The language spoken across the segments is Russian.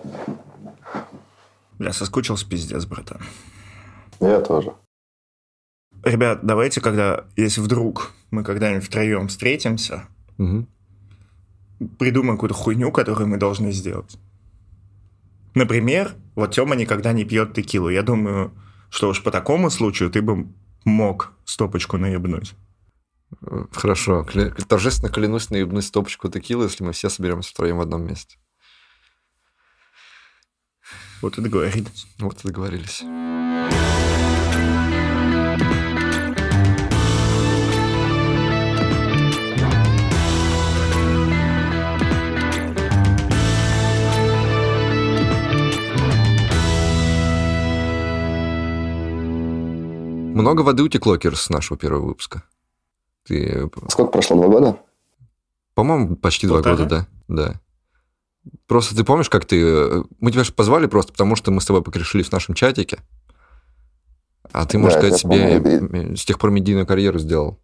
Я соскучился, пиздец, братан. Я тоже. Ребят, давайте, если вдруг мы когда-нибудь втроем встретимся, придумаем какую-то хуйню, которую мы должны сделать. Например, вот Тёма никогда не пьет текилу. Я думаю, что уж по такому случаю ты бы мог стопочку наебнуть. Хорошо. Торжественно клянусь наебнуть стопочку текилы, если мы все соберемся втроем в одном месте. Вот и договорились. Вот и договорились. Много воды утекло, Кир, с нашего первого выпуска. Сколько прошло? 2 года? По-моему, почти 2 года, да. Просто ты помнишь, как мы тебя же позвали просто потому, что мы с тобой покрешились в нашем чатике, а ты, можно сказать, себе с тех пор медийную карьеру сделал.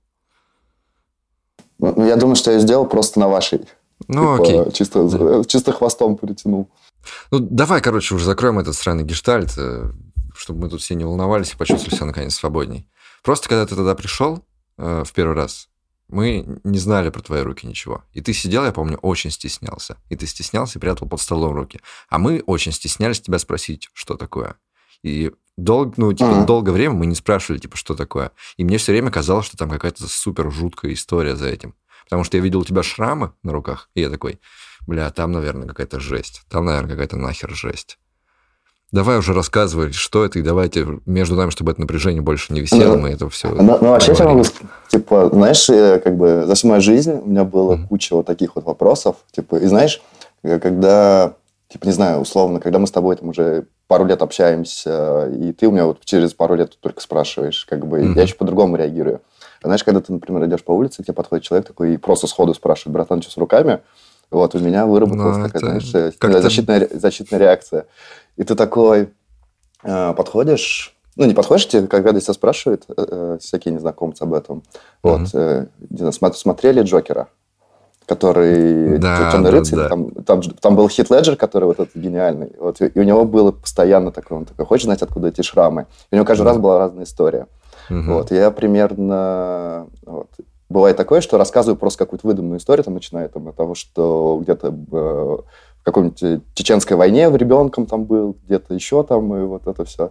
Ну, я думаю, что я сделал просто на вашей. Ну, окей. Чисто хвостом притянул. Ну, давай, короче, уже закроем этот сраный гештальт, чтобы мы тут все не волновались и почувствовали себя, наконец, свободней. Просто когда ты тогда пришел в первый раз, мы не знали про твои руки ничего. И ты сидел, я помню, очень стеснялся. И ты стеснялся и прятал под столом руки. А мы очень стеснялись тебя спросить, что такое. И долгое время мы не спрашивали, что такое. И мне все время казалось, что там какая-то супер жуткая история за этим. Потому что я видел у тебя шрамы на руках, и я такой, там, наверное, какая-то жесть. Там, наверное, какая-то нахер жесть. Давай уже рассказывай, что это, и давайте между нами, чтобы это напряжение больше не висело, мы это все... вообще, я могу, знаешь, за всю мою жизнь у меня было куча вот таких вот вопросов, и знаешь, когда, не знаю, условно, когда мы с тобой там уже пару лет общаемся, и ты у меня вот через пару лет только спрашиваешь, я еще по-другому реагирую. А знаешь, когда ты, например, идешь по улице, к тебе подходит человек такой и просто сходу спрашивает, братан, что с руками? Вот, у меня выработалась такая, знаешь, защитная реакция. И ты такой подходишь... Ну, не подходишь, когда тебя спрашивают всякие незнакомцы об этом. Вот, не знаю, смотрели «Джокера», который «Темный рыцарь». Да. Там был Хит Леджер, который вот этот гениальный. Вот, и у него было постоянно такое, он такой, хочешь знать, откуда эти шрамы? И у него каждый раз была разная история. Вот, я примерно... Бывает такое, что рассказываю просто какую-то выдуманную историю, начиная от того, что где-то в какой-нибудь чеченской войне ребенком там был, где-то еще там, и вот это все.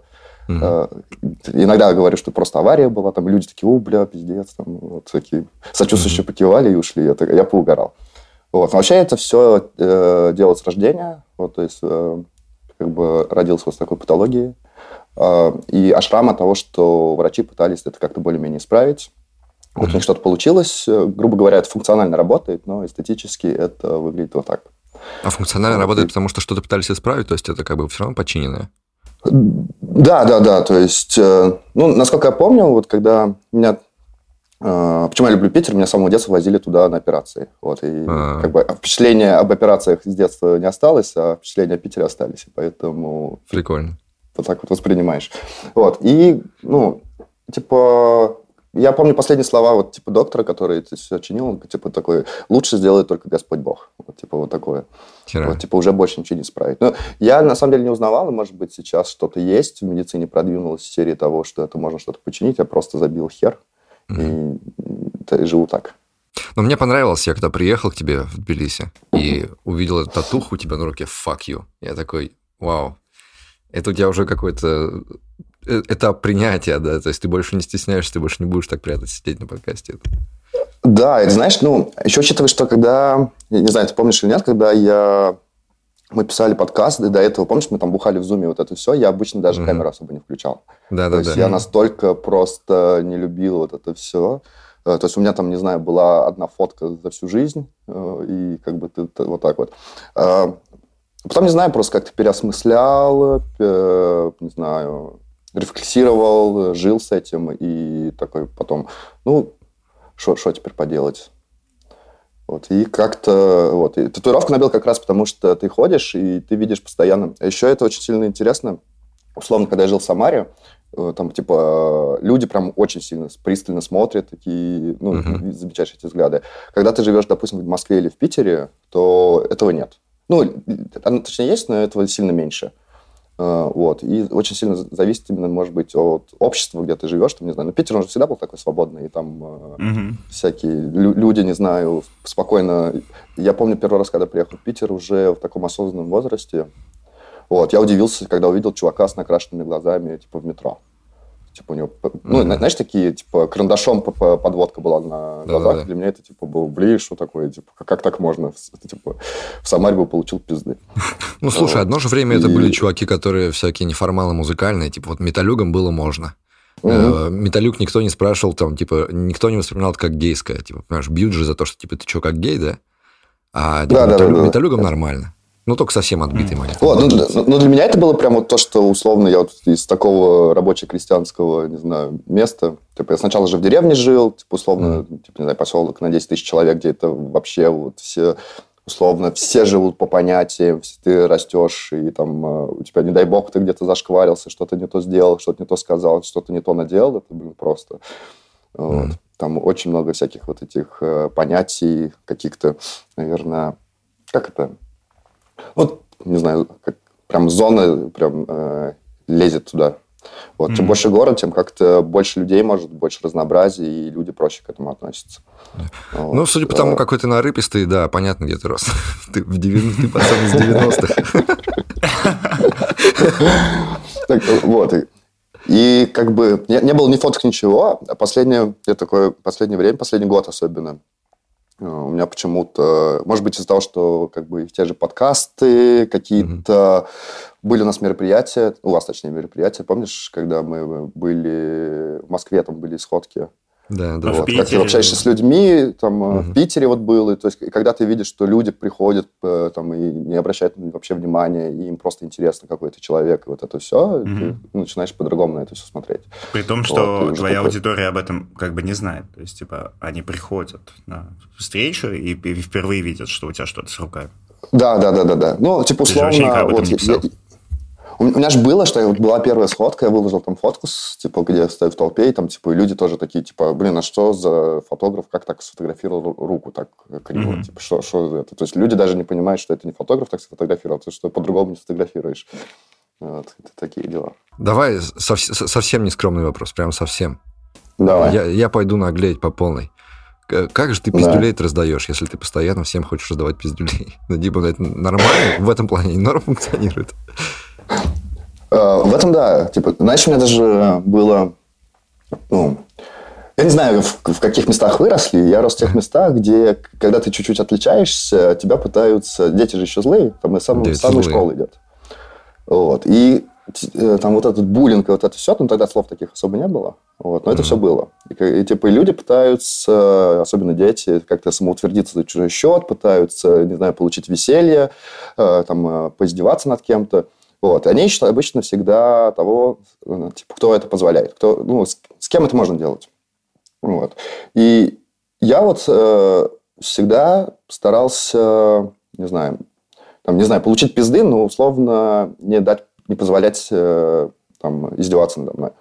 Иногда говорю, что просто авария была, там люди такие, пиздец, там, вот такие сочувствующие покивали и ушли, я поугарал. Вот. Но вообще это все делать с рождения, вот, то есть родился вот с такой патологией. И шрам от того, что врачи пытались это как-то более-менее исправить. Вот у них что-то получилось. Грубо говоря, это функционально работает, но эстетически это выглядит вот так. А функционально работает, потому что что-то пытались исправить? То есть это все равно подчиненное? Да. То есть, насколько я помню, вот когда меня... Почему я люблю Питер? Меня с самого детства возили туда на операции. Вот, и впечатления об операциях с детства не осталось, а впечатления о Питере остались. Поэтому... Прикольно. Вот так вот воспринимаешь. Вот. И, я помню последние слова доктора, который это все чинил, он такой, лучше сделает только Господь Бог. Вот такое. Вот, уже больше ничего не исправить. Но я, на самом деле, не узнавал, и, может быть, сейчас что-то есть в медицине, продвинулось в серии того, что это можно что-то починить, я просто забил хер и живу так. Но мне понравилось, я когда приехал к тебе в Тбилиси и увидел эту татуху у тебя на руке «Fuck you». Я такой, вау, это у тебя уже какой-то... этап принятия, да, то есть ты больше не стесняешься, ты больше не будешь так прятать, сидеть на подкасте. Да, это знаешь, еще учитывая, что когда, я не знаю, ты помнишь или нет, когда мы писали подкаст, и до этого, помнишь, мы там бухали в зуме, вот это все, я обычно даже камеру особо не включал. Да. То есть я настолько просто не любил вот это все. То есть у меня там, не знаю, была одна фотка за всю жизнь, и ты вот так вот. Потом, не знаю, просто как-то переосмыслял, не знаю... рефлексировал, жил с этим, и такой потом, что теперь поделать? Вот, и как-то, вот, и татуировку набил как раз потому, что ты ходишь, и ты видишь постоянно. А еще это очень сильно интересно, условно, когда я жил в Самаре, там, люди прям очень сильно пристально смотрят, такие, замечаешь эти взгляды. Когда ты живешь, допустим, в Москве или в Питере, то этого нет. Ну, оно точно есть, но этого сильно меньше. Вот. И очень сильно зависит именно, может быть, от общества, где ты живешь. Там, не знаю, но Питер, он же всегда был такой свободный. И там всякие люди, не знаю, спокойно... Я помню первый раз, когда приехал в Питер уже в таком осознанном возрасте. Вот. Я удивился, когда увидел чувака с накрашенными глазами, типа, в метро. Типа у него... Ну, знаешь, такие, типа, карандашом подводка была на глазах. Да. Для меня это, типа, было, блин, что такое? Типа, как так можно? Типа, в Самаре бы получил пизды. Ну, слушай, одно же время это были чуваки, которые всякие неформалы музыкальные. Типа, вот металюгам было можно. Металюк никто не спрашивал, там, типа, никто не воспринимал это как гейское. Типа, понимаешь, бьют же за то, что, типа, ты что, как гей, да? А типа, металюгам нормально. Ну, только совсем отбитый монет. Вот, ну, для меня это было прям вот то, что, условно, я вот из такого рабоче-крестьянского, не знаю, места... Типа, я сначала же в деревне жил, типа, условно, типа, не знаю, поселок на 10 тысяч человек, где это вообще вот все... Условно, все живут по понятиям, ты растешь, и там у тебя, не дай бог, ты где-то зашкварился, что-то не то сделал, что-то не то сказал, что-то не то наделал. Это, блин, просто... Вот. Там очень много всяких вот этих понятий, каких-то, наверное... Как это... Вот, не знаю, как прям зона прям лезет туда. Вот. Чем больше город, тем как-то больше людей, может, больше разнообразия, и люди проще к этому относятся. Вот. Ну, судя по тому, какой ты нарыпистый, да, понятно, где ты рос. Ты пацан из 90-х. Вот. И как бы не было ни фоток, ничего. А последнее время, последний год особенно, у меня почему-то, может быть, из-за того, что как бы те же подкасты какие-то, были у нас мероприятия, у вас, точнее, мероприятия, помнишь, когда мы были в Москве, там были сходки? Да, вот. Как ты общаешься с людьми, там в Питере вот было, то есть когда ты видишь, что люди приходят там, и не обращают вообще внимания, и им просто интересно какой-то человек, и вот это все, ты начинаешь по-другому на это все смотреть. При том, что вот, твоя аудитория об этом как бы не знает, то есть типа они приходят на встречу и впервые видят, что у тебя что-то с руками. Да. Ну, типа, условно... У меня же было, что была первая сходка, я выложил там фотку, типа, где я стою в толпе, и там, типа, и люди тоже такие, типа, блин, а что за фотограф, как так сфотографировал руку так криво? Типа, что это? То есть люди даже не понимают, что это не фотограф так сфотографировал, то что по-другому не сфотографируешь. Вот, это такие дела. Давай совсем нескромный вопрос, прям совсем. Давай. Я пойду наглеть по полной. Как же ты пиздюлей-то раздаешь, если ты постоянно всем хочешь раздавать пиздюлей? Ну, типа, это нормально? В этом плане норм функционирует? В этом, да. Типа, знаешь, у меня даже было... Ну, я не знаю, в каких местах выросли. Я рос в тех местах, где, когда ты чуть-чуть отличаешься, тебя пытаются... Дети же еще злые. Там из самой школы идет. Вот. И там вот этот буллинг и вот это все, там тогда слов таких особо не было. Вот. Но это все было. И типа люди пытаются, особенно дети, как-то самоутвердиться за чужой счет, пытаются, не знаю, получить веселье, там, поиздеваться над кем-то. Вот. И они ищут обычно всегда того, типа, кто это позволяет, с кем это можно делать. Вот. И я вот всегда старался, не знаю, получить пизды, но условно не позволять там, издеваться надо мной.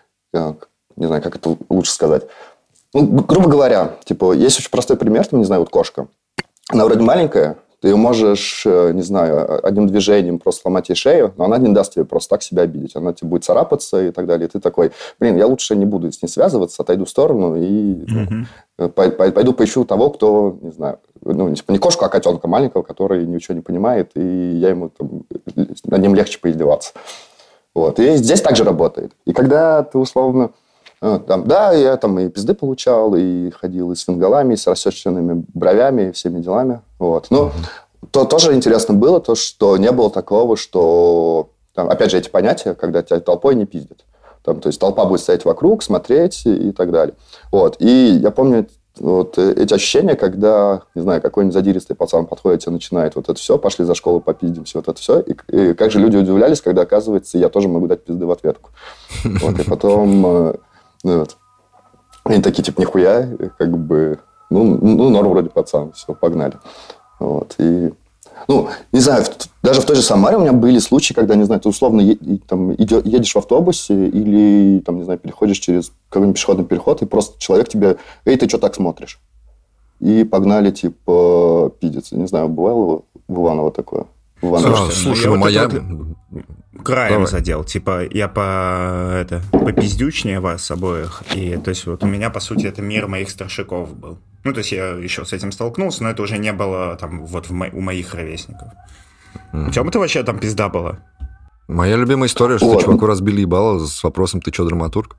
Не знаю, как это лучше сказать. Ну, грубо говоря, типа, есть очень простой пример, там, не знаю, вот кошка. Она вроде маленькая, ты ее можешь, не знаю, одним движением просто сломать ей шею, но она не даст тебе просто так себя обидеть. Она тебе будет царапаться и так далее. И ты такой, блин, я лучше не буду с ней связываться, отойду в сторону и пойду поищу того, кто, не знаю, типа не кошку, а котенка маленького, который ничего не понимает, и я ему там, над ним легче поиздеваться. Вот. И здесь также работает. И когда ты условно... Там, да, я там и пизды получал, и ходил и с фингалами, и с рассеченными бровями, и всеми делами. Вот. Но тоже интересно было то, что не было такого, что... Там, опять же, эти понятия, когда тебя толпой не пиздят. Там, то есть толпа будет стоять вокруг, смотреть и так далее. Вот. И я помню вот эти ощущения, когда, не знаю, какой-нибудь задиристый пацан подходит и начинает вот это все, пошли за школу, попиздимся, вот это все. И как же люди удивлялись, когда, оказывается, я тоже могу дать пизды в ответку. Вот. И потом... Вот. Они такие, типа, нихуя, как бы, норм вроде пацан, все, погнали. Вот. И, не знаю, даже в той же Самаре у меня были случаи, когда, не знаю, ты условно едешь в автобусе или, там, не знаю, переходишь через какой-нибудь пешеходный переход, и просто человек тебе, эй, ты что так смотришь? и погнали, типа, пиздиться. Не знаю, бывало в Иваново такое? Слушай, моя... краем Давай. задел. Типа, я попиздючнее вас обоих. И, то есть, вот у меня, по сути, это мир моих старшаков был. Ну, то есть, я еще с этим столкнулся, но это уже не было там вот у моих ровесников. У тебя-то вообще там пизда была? Моя любимая история, что чуваку разбили ебало с вопросом «Ты чё, драматург?»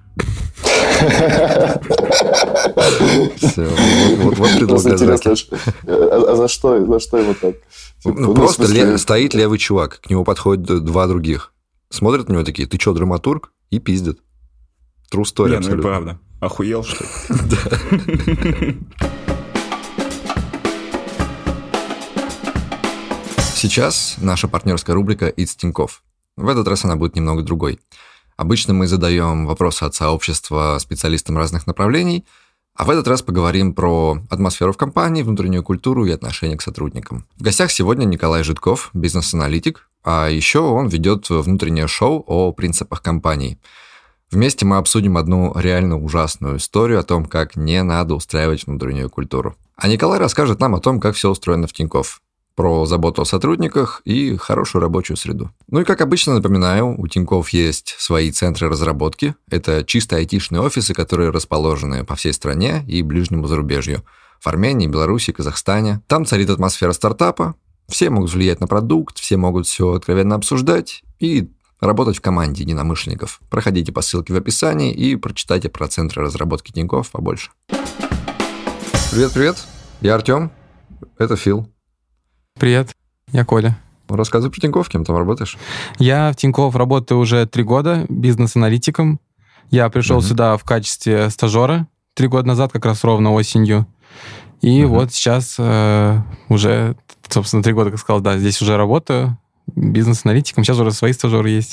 Все, вот предлог драки. А за что его так? Ну, просто стоит левый чувак, к нему подходят два других. Смотрят на него такие: «Ты чё, драматург?» И пиздят. True story абсолютно. Ну и правда. Охуел, что ли? Сейчас наша партнерская рубрика «It's Тинькофф». В этот раз она будет немного другой. Обычно мы задаем вопросы от сообщества специалистам разных направлений, а в этот раз поговорим про атмосферу в компании, внутреннюю культуру и отношение к сотрудникам. В гостях сегодня Николай Жидков, бизнес-аналитик, а еще он ведет внутреннее шоу о принципах компании. Вместе мы обсудим одну реально ужасную историю о том, как не надо устраивать внутреннюю культуру. А Николай расскажет нам о том, как все устроено в Тинькофф, про заботу о сотрудниках и хорошую рабочую среду. Ну и, как обычно, напоминаю, у Тинькофф есть свои центры разработки. Это чисто айтишные офисы, которые расположены по всей стране и ближнему зарубежью. В Армении, Беларуси, Казахстане. Там царит атмосфера стартапа. Все могут влиять на продукт, все могут все откровенно обсуждать и работать в команде единомышленников. Проходите по ссылке в описании и прочитайте про центры разработки Тинькофф побольше. Привет-привет, я Артем, это Фил. Привет, я Коля. Рассказывай про Тинькофф, кем там работаешь? Я в Тинькофф работаю уже 3 года бизнес-аналитиком. Я пришел сюда в качестве стажера 3 года назад, как раз ровно осенью. И вот сейчас уже, собственно, 3 года, как сказал, да, здесь уже работаю бизнес-аналитиком. Сейчас уже свои стажеры есть.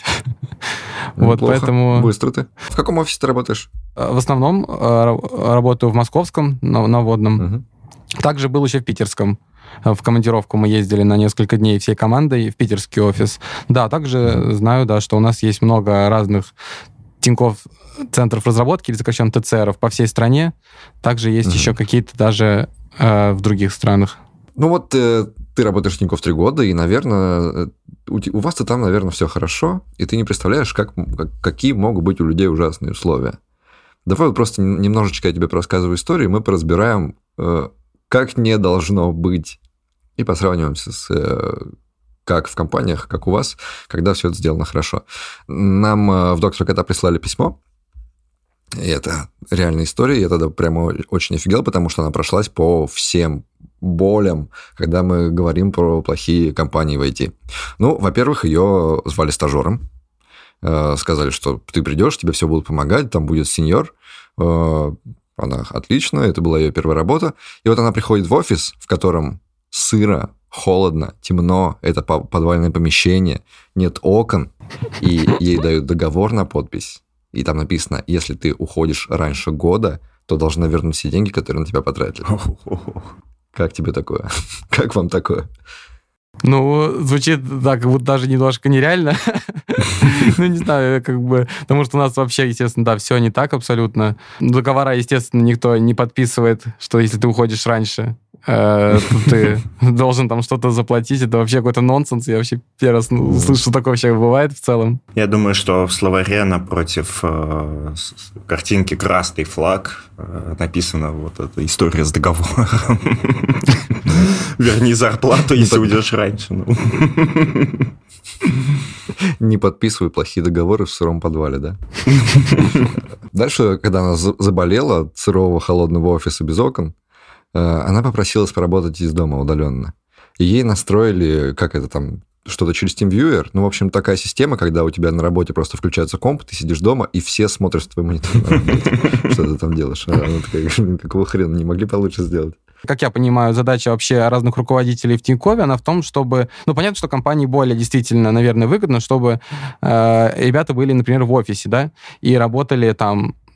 Вот, поэтому... Быстро ты. В каком офисе ты работаешь? В основном работаю в московском, на Водном. Также был еще в питерском. В командировку мы ездили на несколько дней всей командой в питерский офис. Да, также знаю, да, что у нас есть много разных Тинькофф центров разработки, или сокращенно ТЦРов по всей стране. Также есть еще какие-то даже в других странах. Ну вот ты работаешь в Тинькофф 3 года, и, наверное, у вас-то там, наверное, все хорошо, и ты не представляешь, какие могут быть у людей ужасные условия. Давай вот просто немножечко я тебе рассказываю историю, и мы поразбираем, как не должно быть, и посравниваемся с как в компаниях, как у вас, когда все это сделано хорошо. Нам в Доктор Кота прислали письмо, и это реальная история, я тогда прямо очень офигел, потому что она прошлась по всем болям, когда мы говорим про плохие компании в IT. Ну, во-первых, ее звали стажером, сказали, что ты придешь, тебе все будут помогать, там будет сеньор. Она отлично, это была ее первая работа. И вот она приходит в офис, в котором сыро, холодно, темно, это подвальное помещение, нет окон, и ей дают договор на подпись. И там написано: если ты уходишь раньше года, то должна вернуть все деньги, которые на тебя потратили. Как тебе такое? Как вам такое? Ну, звучит, да, как будто даже немножко нереально. Ну, не знаю, как бы... Потому что у нас вообще, естественно, да, все не так абсолютно. Договора, естественно, никто не подписывает, что если ты уходишь раньше, то ты должен там что-то заплатить. Это вообще какой-то нонсенс. Я вообще первый раз слышу, что такое вообще бывает в целом. Я думаю, что в словаре напротив картинки «Красный флаг» написана вот эта история с договором. Верни зарплату, если уйдешь раньше. Не подписывай плохие договоры в сыром подвале, да? Дальше, когда она заболела от сырого холодного офиса без окон, она попросилась поработать из дома удаленно. И ей настроили, как это там, что-то через TeamViewer. Ну, в общем, такая система, когда у тебя на работе просто включается комп, ты сидишь дома, и все смотрят в твой монитор на работе. Что ты там делаешь? Она такая: какого хрена, не могли получше сделать? Как я понимаю, задача вообще разных руководителей в Тинькове, она в том, чтобы... Ну, понятно, что компании более действительно, наверное, выгодно, чтобы ребята были, например, в офисе, да, и работали там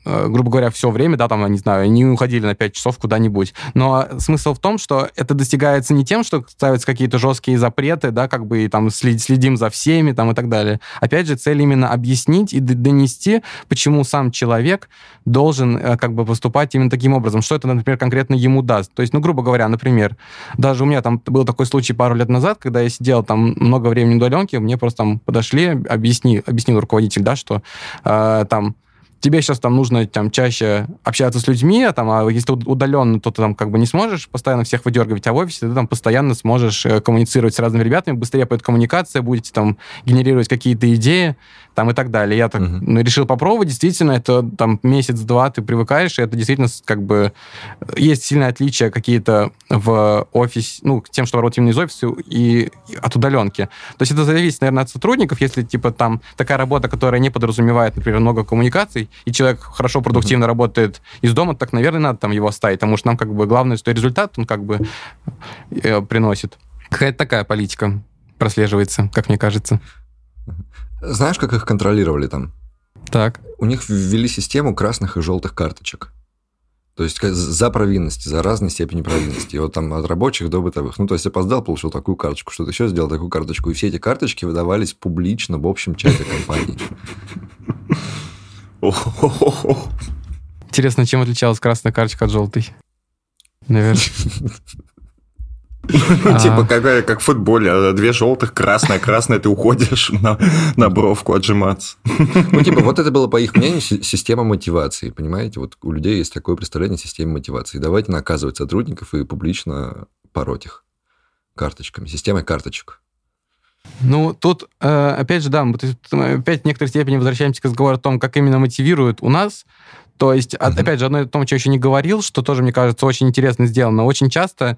грубо говоря, все время, да, там, не знаю, не уходили на 5 часов куда-нибудь. Но смысл в том, что это достигается не тем, что ставятся какие-то жесткие запреты, да, как бы и там следим за всеми, там, и так далее. Опять же, цель именно объяснить и донести, почему сам человек должен как бы поступать именно таким образом, что это, например, конкретно ему даст. То есть, ну, грубо говоря, например, даже у меня там был такой случай пару лет назад, когда я сидел там много времени на удаленке, мне просто там подошли, объяснил руководитель, да, что там тебе сейчас там нужно там чаще общаться с людьми, а если ты удаленно, то ты там как бы не сможешь постоянно всех выдергивать, а в офисе ты там постоянно сможешь коммуницировать с разными ребятами, быстрее пойдет коммуникация, будете там генерировать какие-то идеи, там и так далее. Я так решил попробовать, действительно, это там месяц-два ты привыкаешь, и это действительно как бы есть сильное отличие какие-то в офисе, ну, к тем, что работают именно из офиса и от удаленки. То есть это зависит, наверное, от сотрудников, если типа там такая работа, которая не подразумевает, например, много коммуникаций, и человек хорошо, продуктивно работает из дома, так, наверное, надо там его оставить, потому что нам как бы главное, что результат он как бы приносит. Какая-то такая политика прослеживается, как мне кажется. Знаешь, как их контролировали там? Так. У них ввели систему красных и желтых карточек. То есть за провинности, за разной степени провинности. И вот там от рабочих до бытовых. Ну, то есть опоздал, получил такую карточку, что-то еще сделал такую карточку. И все эти карточки выдавались публично в общем чате компании. Интересно, чем отличалась красная карточка от желтой? Наверное. Типа как в футболе, 2 желтых, красная, ты уходишь на бровку отжиматься. Ну, типа, вот это было, по их мнению, система мотивации, понимаете? Вот у людей есть такое представление о системе мотивации. Давайте наказывать сотрудников и публично пороть их карточками, системой карточек. Ну, тут, опять же, да, мы опять в некоторой степени возвращаемся к разговору о том, как именно мотивируют у нас. То есть, опять же, одно из того, что я еще не говорил, что тоже, мне кажется, очень интересно сделано. Очень часто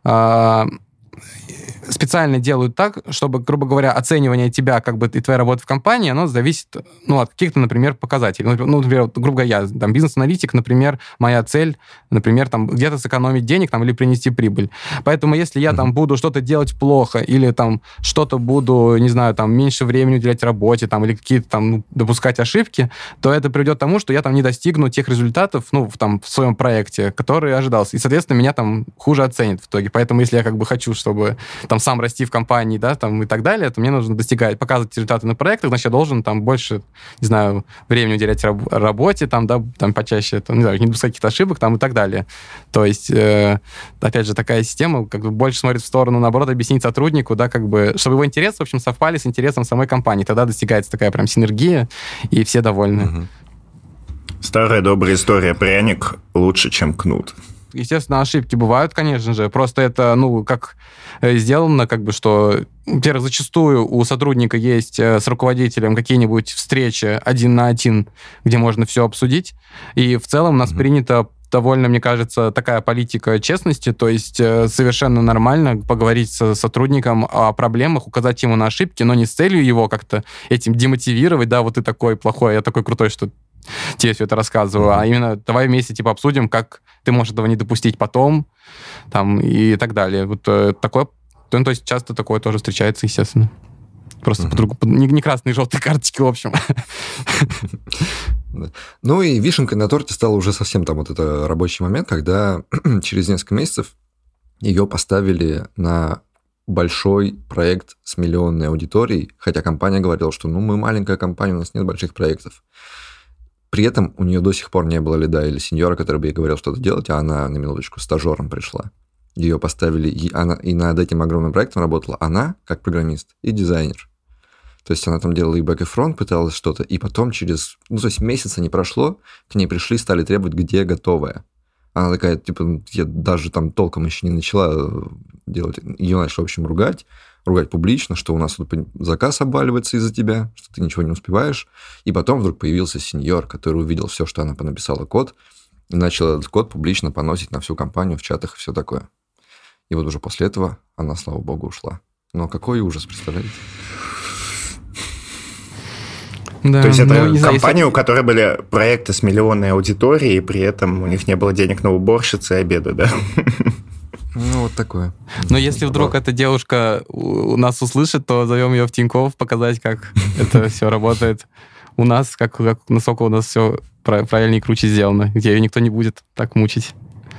специально делают так, чтобы, грубо говоря, оценивание тебя, как бы, и твоя работа в компании, оно зависит, ну, от каких-то, например, показателей. Ну, например, грубо говоря, я, там, бизнес-аналитик, например, моя цель, например, там, где-то сэкономить денег, там, или принести прибыль. Поэтому, если я, там, буду что-то делать плохо, или, там, что-то буду, не знаю, там, меньше времени уделять работе, там, или какие-то, там, допускать ошибки, то это приведет к тому, что я, там, не достигну тех результатов, ну, там, в своем проекте, которые ожидался. И, соответственно, меня, там, хуже оценят в итоге. Поэтому, если я, как бы, хочу, чтобы, там, сам расти в компании, да, там, и так далее, то мне нужно показывать результаты на проектах, значит, я должен там больше, не знаю, времени уделять работе, там, да, там почаще, там, не знаю, не допускать каких-то ошибок, там, и так далее. То есть, опять же, такая система как бы больше смотрит в сторону, наоборот, объяснить сотруднику, да, как бы, чтобы его интересы, в общем, совпали с интересом самой компании. Тогда достигается такая прям синергия, и все довольны. Старая добрая история. Пряник лучше, чем кнут. Естественно, ошибки бывают, конечно же. Просто это, ну, как сделано, как бы, что, во-первых, зачастую у сотрудника есть с руководителем какие-нибудь встречи 1 на 1, где можно все обсудить. И в целом у нас принято довольно, мне кажется, такая политика честности, то есть совершенно нормально поговорить с сотрудником о проблемах, указать ему на ошибки, но не с целью его как-то этим демотивировать, да, вот ты такой плохой, я такой крутой, что тебе все это рассказываю, а именно давай вместе типа обсудим, как ты можешь этого не допустить потом, там, и так далее. Вот такое, ну, то есть часто такое тоже встречается, естественно. Просто не красные и желтые карточки, в общем. Ну и вишенкой на торте стал уже совсем там вот это рабочий момент, когда через несколько месяцев ее поставили на большой проект с миллионной аудиторией, хотя компания говорила, что ну мы маленькая компания, у нас нет больших проектов. При этом у нее до сих пор не было лида или сеньора, который бы ей говорил что-то делать, а она на минуточку стажером пришла. Ее поставили, и над этим огромным проектом работала она, как программист, и дизайнер. То есть она там делала и бэк, и фронт, пыталась что-то, и потом через... Ну, то есть месяца не прошло, к ней пришли, стали требовать, где готовая. Она такая, типа, я даже там толком еще не начала делать. Ее начали, в общем, ругать публично, что у нас тут заказ обваливается из-за тебя, что ты ничего не успеваешь. И потом вдруг появился сеньор, который увидел все, что она понаписала код, и начал этот код публично поносить на всю компанию в чатах и все такое. И вот уже после этого она, слава богу, ушла. Но какой ужас, представляете? Да, то есть это компания, у которой были проекты с миллионной аудиторией, и при этом у них не было денег на уборщицы и обеды, да? Ну, вот такое. Но если вдруг эта девушка у нас услышит, то зовем ее в Тинькофф показать, как это все работает у нас, как насколько у нас все правильнее и круче сделана, где ее никто не будет так мучить.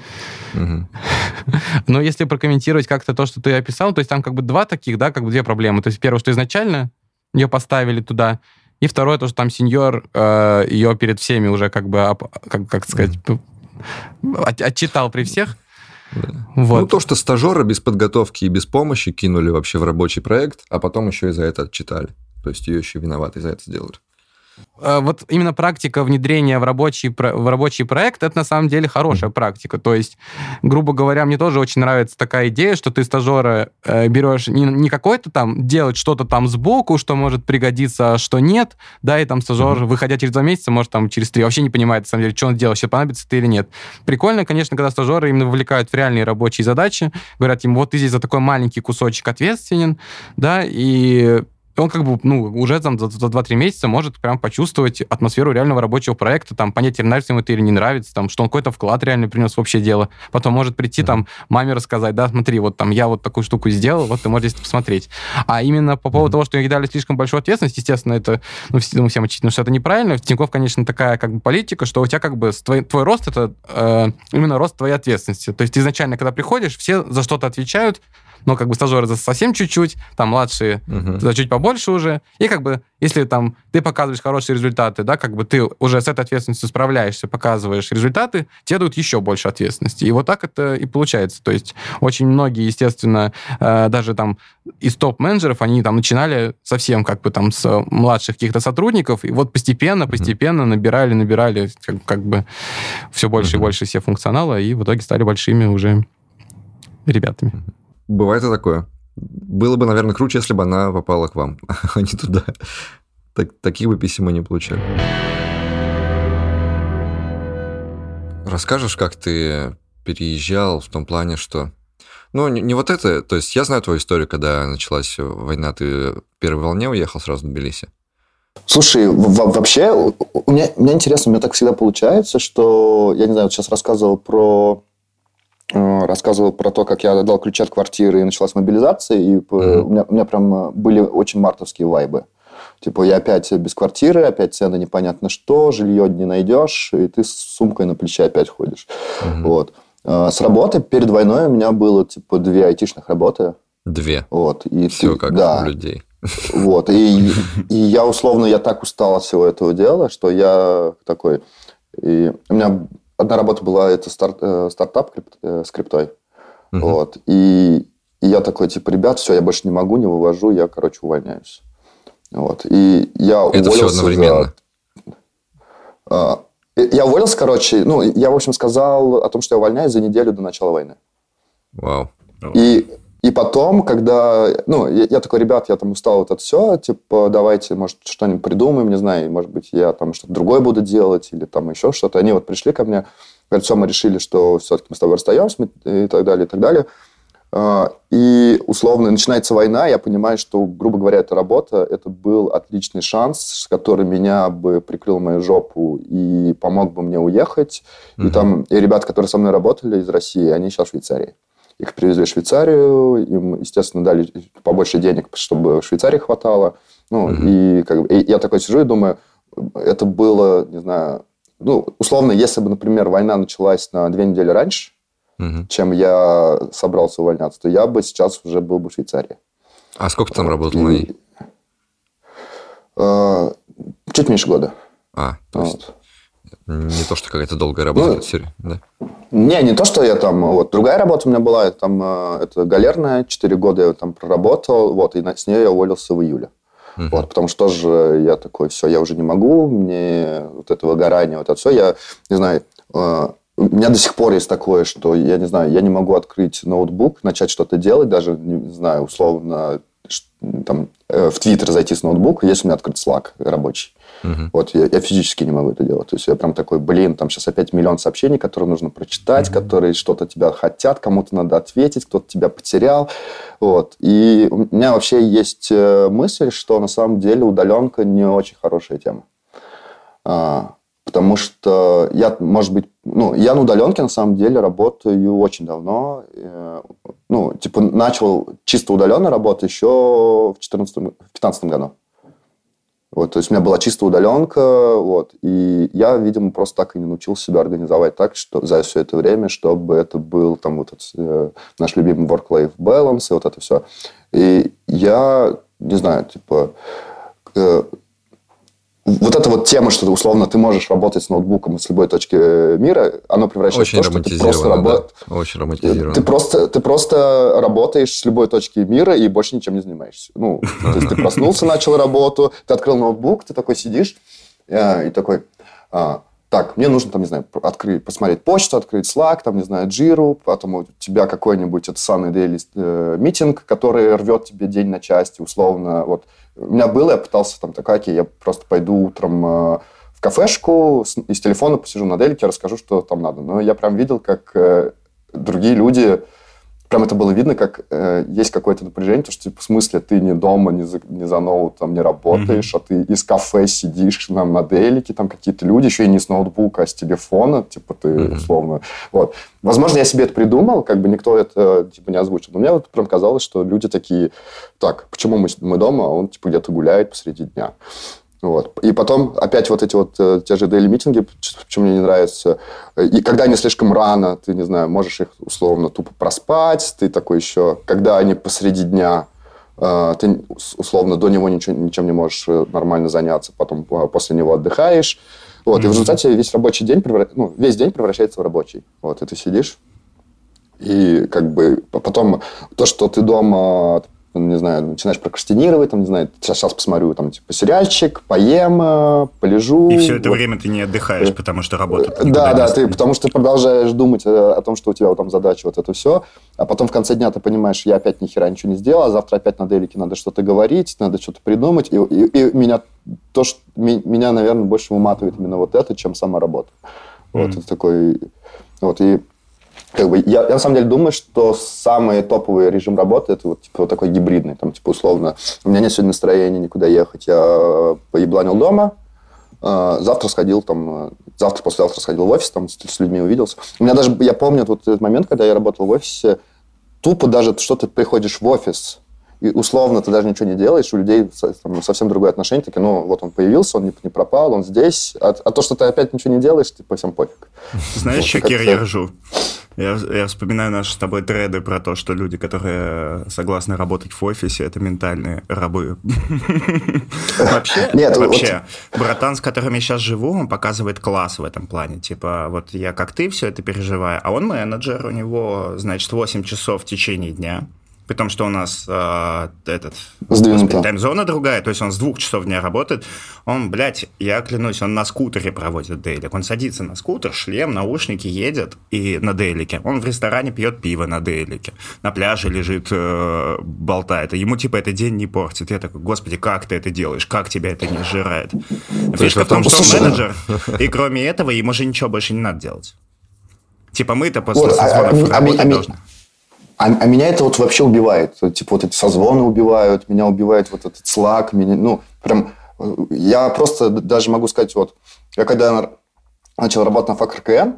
Но если прокомментировать как-то то, что ты описал, то есть там как бы два таких, да, как бы две проблемы. То есть первое, что изначально ее поставили туда, и второе, то, что там сеньор ее перед всеми уже как бы, как сказать, отчитал при всех. Вот. Ну, то, что стажера без подготовки и без помощи кинули вообще в рабочий проект, а потом еще и за это отчитали. То есть ее еще виноваты за это сделали. Вот именно практика внедрения в рабочий проект, это на самом деле хорошая практика. То есть, грубо говоря, мне тоже очень нравится такая идея, что ты стажера берешь не какой-то там, делать что-то там сбоку, что может пригодиться, а что нет, да, и там стажер, выходя через 2 месяца, может там через 3, вообще не понимает, на самом деле, что он делает, вообще понадобится это или нет. Прикольно, конечно, когда стажеры именно вовлекают в реальные рабочие задачи, говорят им, вот ты здесь за такой маленький кусочек ответственен, да, и он как бы, уже там за 2-3 месяца может прям почувствовать атмосферу реального рабочего проекта, там, понять, нравится ему это или не нравится, там, что он какой-то вклад реально принес в общее дело. Потом может прийти там маме рассказать, да, смотри, вот там я вот такую штуку сделал, вот ты можешь здесь посмотреть. А именно по поводу того, что ей дали слишком большую ответственность, естественно, это, всем очевидно, что это неправильно. В Тинькофф, конечно, такая как бы политика, что у тебя как бы твой рост, это именно рост твоей ответственности. То есть ты изначально, когда приходишь, все за что-то отвечают, но как бы стажеры за совсем чуть-чуть, там младшие за чуть побольше уже. И как бы, если там ты показываешь хорошие результаты, да, как бы ты уже с этой ответственностью справляешься, показываешь результаты, тебе дают еще больше ответственности. И вот так это и получается. То есть очень многие, естественно, даже там из топ-менеджеров, они там начинали совсем как бы там с младших каких-то сотрудников, и вот постепенно набирали как бы все больше и больше все функционала, и в итоге стали большими уже ребятами. Бывает и такое. Было бы, наверное, круче, если бы она попала к вам, а не туда. Таких бы писем мы не получали. Расскажешь, как ты переезжал в том плане, что... Ну, не вот это... То есть я знаю твою историю, когда началась война, ты в первой волне уехал сразу в Тбилиси. Слушай, вообще, у меня интересно, у меня так всегда получается, что, я не знаю, вот сейчас рассказывал про то, как я дал ключи от квартиры, и началась мобилизация, и у меня прям были очень мартовские вайбы. Типа, я опять без квартиры, опять цены непонятно что, жилье не найдешь, и ты с сумкой на плече опять ходишь. Вот. С работы перед войной у меня было, типа, 2 айтишных работы. 2? Вот. И все как у людей. Вот. И я, условно, я так устал от всего этого дела, что я такой... И у меня... Одна работа была, это стартап с криптой. Вот. И я такой, типа, ребят, все, я больше не могу, не вывожу, я, короче, увольняюсь. Вот. И я уволился... Это все одновременно? Я уволился, короче, я, в общем, сказал о том, что я увольняюсь за неделю до начала войны. Вау. И потом, когда... я такой, ребят, я там устал вот это все, типа, давайте, может, что-нибудь придумаем, не знаю, может быть, я там что-то другое буду делать или там еще что-то. Они вот пришли ко мне, говорят, все, мы решили, что все-таки мы с тобой расстаемся и так далее, и так далее. И, условно, начинается война, я понимаю, что, грубо говоря, эта работа, это был отличный шанс, который меня бы прикрыл мою жопу и помог бы мне уехать. И там и ребята, которые со мной работали из России, они сейчас в Швейцарии. Их привезли в Швейцарию, им, естественно, дали побольше денег, чтобы в Швейцарии хватало. И я такой сижу и думаю, это было, не знаю... условно, если бы, например, война началась на 2 недели раньше, чем я собрался увольняться, то я бы сейчас уже был бы в Швейцарии. А сколько ты там работал на ней? Чуть меньше года. То есть... Не то, что какая-то долгая работа, да? Не то, что я там... Вот, другая работа у меня была, это галерная, 4 года я там проработал, вот, и с нее я уволился в июле. Вот, потому что тоже я такой, все, я уже не могу, мне вот это выгорание, вот это все, я не знаю... У меня до сих пор есть такое, что, я не знаю, я не могу открыть ноутбук, начать что-то делать, даже, не знаю, условно, там, в Твиттер зайти с ноутбука, если у меня открыт Slack рабочий. Вот, я физически не могу это делать. То есть я прям такой, там сейчас опять миллион сообщений, которые нужно прочитать, которые что-то тебя хотят, кому-то надо ответить, кто-то тебя потерял. Вот. И у меня вообще есть мысль, что на самом деле удаленка не очень хорошая тема. Потому что я, может быть, я на удаленке на самом деле работаю очень давно. Начал чисто удаленно работать еще в 2015 году. Вот, то есть у меня была чисто удаленка, вот, и я, видимо, просто так и не научился себя организовать так, что за все это время, чтобы это был там вот этот, наш любимый work-life balance и вот это все. И я, не знаю, типа... Вот эта вот тема, что условно ты можешь работать с ноутбуком с любой точки мира, оно превращается в то, что ты просто работаешь. Очень романтизировано. Ты просто работаешь с любой точки мира и больше ничем не занимаешься. Ну, то есть ты проснулся, начал работу, ты открыл ноутбук, ты такой сидишь и такой... Так, мне нужно, там, не знаю, посмотреть почту, открыть Slack, там, не знаю, Jira, потом у тебя какой-нибудь это самый daily митинг, который рвет тебе день на части, условно. Вот. У меня было, я пытался там, так, окей, я просто пойду утром в кафешку, из телефона посижу на делике, расскажу, что там надо. Но я прям видел, как другие люди... Прям это было видно, как есть какое-то напряжение, то, что, типа, в смысле, ты не дома, не за ноутом не работаешь, а ты из кафе сидишь на делике, там какие-то люди, еще и не с ноутбука, а с телефона, типа, ты условно... Вот. Возможно, я себе это придумал, как бы никто это, типа, не озвучил. Но мне вот прям казалось, что люди такие, так, почему мы дома, а он, типа, где-то гуляет посреди дня. Вот. И потом опять вот эти вот те же дейли-митинги, почему мне не нравится. И когда они слишком рано, ты, не знаю, можешь их условно тупо проспать, ты такой еще... Когда они посреди дня, ты условно до него ничем не можешь нормально заняться, потом после него отдыхаешь. Вот. И в результате весь рабочий день, весь день превращается в рабочий. Вот. И ты сидишь, и как бы потом то, что ты дома... не знаю, начинаешь прокрастинировать, там, не знаю, сейчас посмотрю, там, типа, сериальчик, поем, полежу. И все это время ты не отдыхаешь, потому что работа... Да, потому что ты продолжаешь думать о том, что у тебя там задача, вот это все, а потом в конце дня ты понимаешь, я опять ни хера ничего не сделал, а завтра опять на делике надо что-то говорить, надо что-то придумать, и меня, наверное, больше выматывает именно вот это, чем сама работа. Вот, это такой... Вот, и как бы я на самом деле думаю, что самый топовый режим работы это вот, типа, вот такой гибридный. Там, типа, условно, у меня нет сегодня настроения никуда ехать, я поебланил дома, завтра, послезавтра сходил в офис, там с людьми увиделся. У меня даже, я помню вот этот момент, когда я работал в офисе, тупо даже, что ты приходишь в офис, и условно ты даже ничего не делаешь, у людей там, совсем другое отношение, такие, вот он появился, он не пропал, он здесь, а то, что ты опять ничего не делаешь, типа, всем пофиг. Знаешь, что, Кир, я ржу? Я вспоминаю наши с тобой треды про то, что люди, которые согласны работать в офисе, это ментальные рабы. Вообще, братан, с которым я сейчас живу, он показывает класс в этом плане. Типа, вот я как ты все это переживаю, а он менеджер, у него, значит, 8 часов в течение дня. При том, что у нас таймзона другая, то есть он с 2 часов дня работает. Он, я клянусь, он на скутере проводит дейлик. Он садится на скутер, шлем, наушники, едет и на дейлике. Он в ресторане пьет пиво на дейлике. На пляже лежит, болтает. И ему, типа, этот день не портит. Я такой, господи, как ты это делаешь? Как тебя это не сжирает? Фишка в том, что он менеджер, и кроме этого ему же ничего больше не надо делать. Типа мы-то после созвонов работать должны. А меня это вот вообще убивает. Типа вот эти созвоны убивают, меня убивает вот этот Slack. Я просто даже могу сказать, вот, я когда начал работать на ФАК-РКН,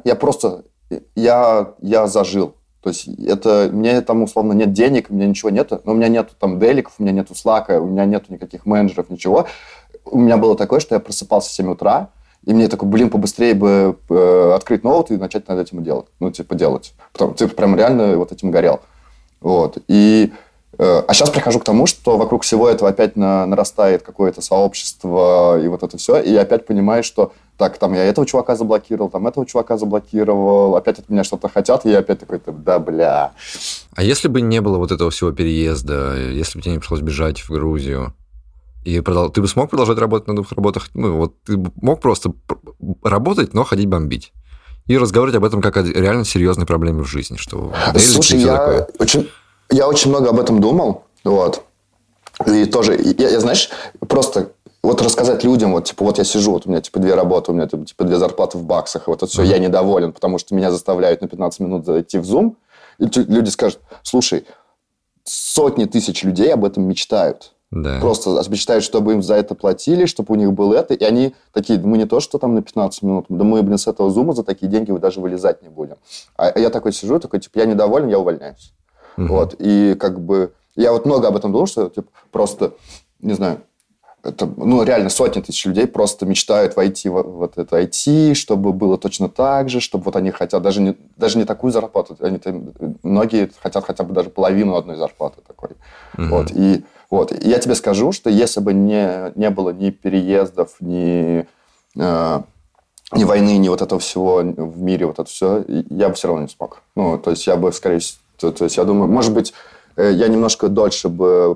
я зажил. То есть мне там условно нет денег, у меня ничего нету, но у меня нету там деликов, у меня нету Slack, у меня нету никаких менеджеров, ничего. У меня было такое, что я просыпался в 7 утра, и мне такой, побыстрее бы открыть ноут и начать над этим делать. делать. Потом, прям реально вот этим горел. Вот. А сейчас прихожу к тому, что вокруг всего этого опять нарастает какое-то сообщество и вот это все. И опять понимаешь, что так, там я этого чувака заблокировал, там этого чувака заблокировал, опять от меня что-то хотят, и я опять такой, да бля. А если бы не было вот этого всего переезда, если бы тебе не пришлось бежать в Грузию, и ты бы смог продолжать работать на 2 работах? Ты мог просто работать, но ходить бомбить. И разговаривать об этом как о реально серьезной проблеме в жизни. Что слушай, я очень много об этом думал. Вот. И тоже, я знаешь, просто вот рассказать людям, вот я сижу, вот у меня 2 работы, у меня 2 зарплаты в баксах, и вот это все, я недоволен, потому что меня заставляют на 15 минут зайти в Zoom, и люди скажут, слушай, сотни тысяч людей об этом мечтают. Да. Просто мечтают, чтобы им за это платили, чтобы у них было это. И они такие, мы не то, что там на 15 минут, да мы, с этого зума за такие деньги даже вылезать не будем. А я такой сижу, я недоволен, я увольняюсь. Вот. И как бы я вот много об этом думал, что просто, не знаю, это, ну, реально сотни тысяч людей просто мечтают войти в вот это IT, чтобы было точно так же, чтобы вот они хотят даже не такую зарплату, многие хотят хотя бы даже половину одной зарплаты такой. Вот. И я тебе скажу, что если бы не было ни переездов, ни войны, ни вот этого всего в мире, вот это все, я бы все равно не смог. Ну, то есть я бы, скорее всего, то есть я думаю, может быть, я немножко дольше бы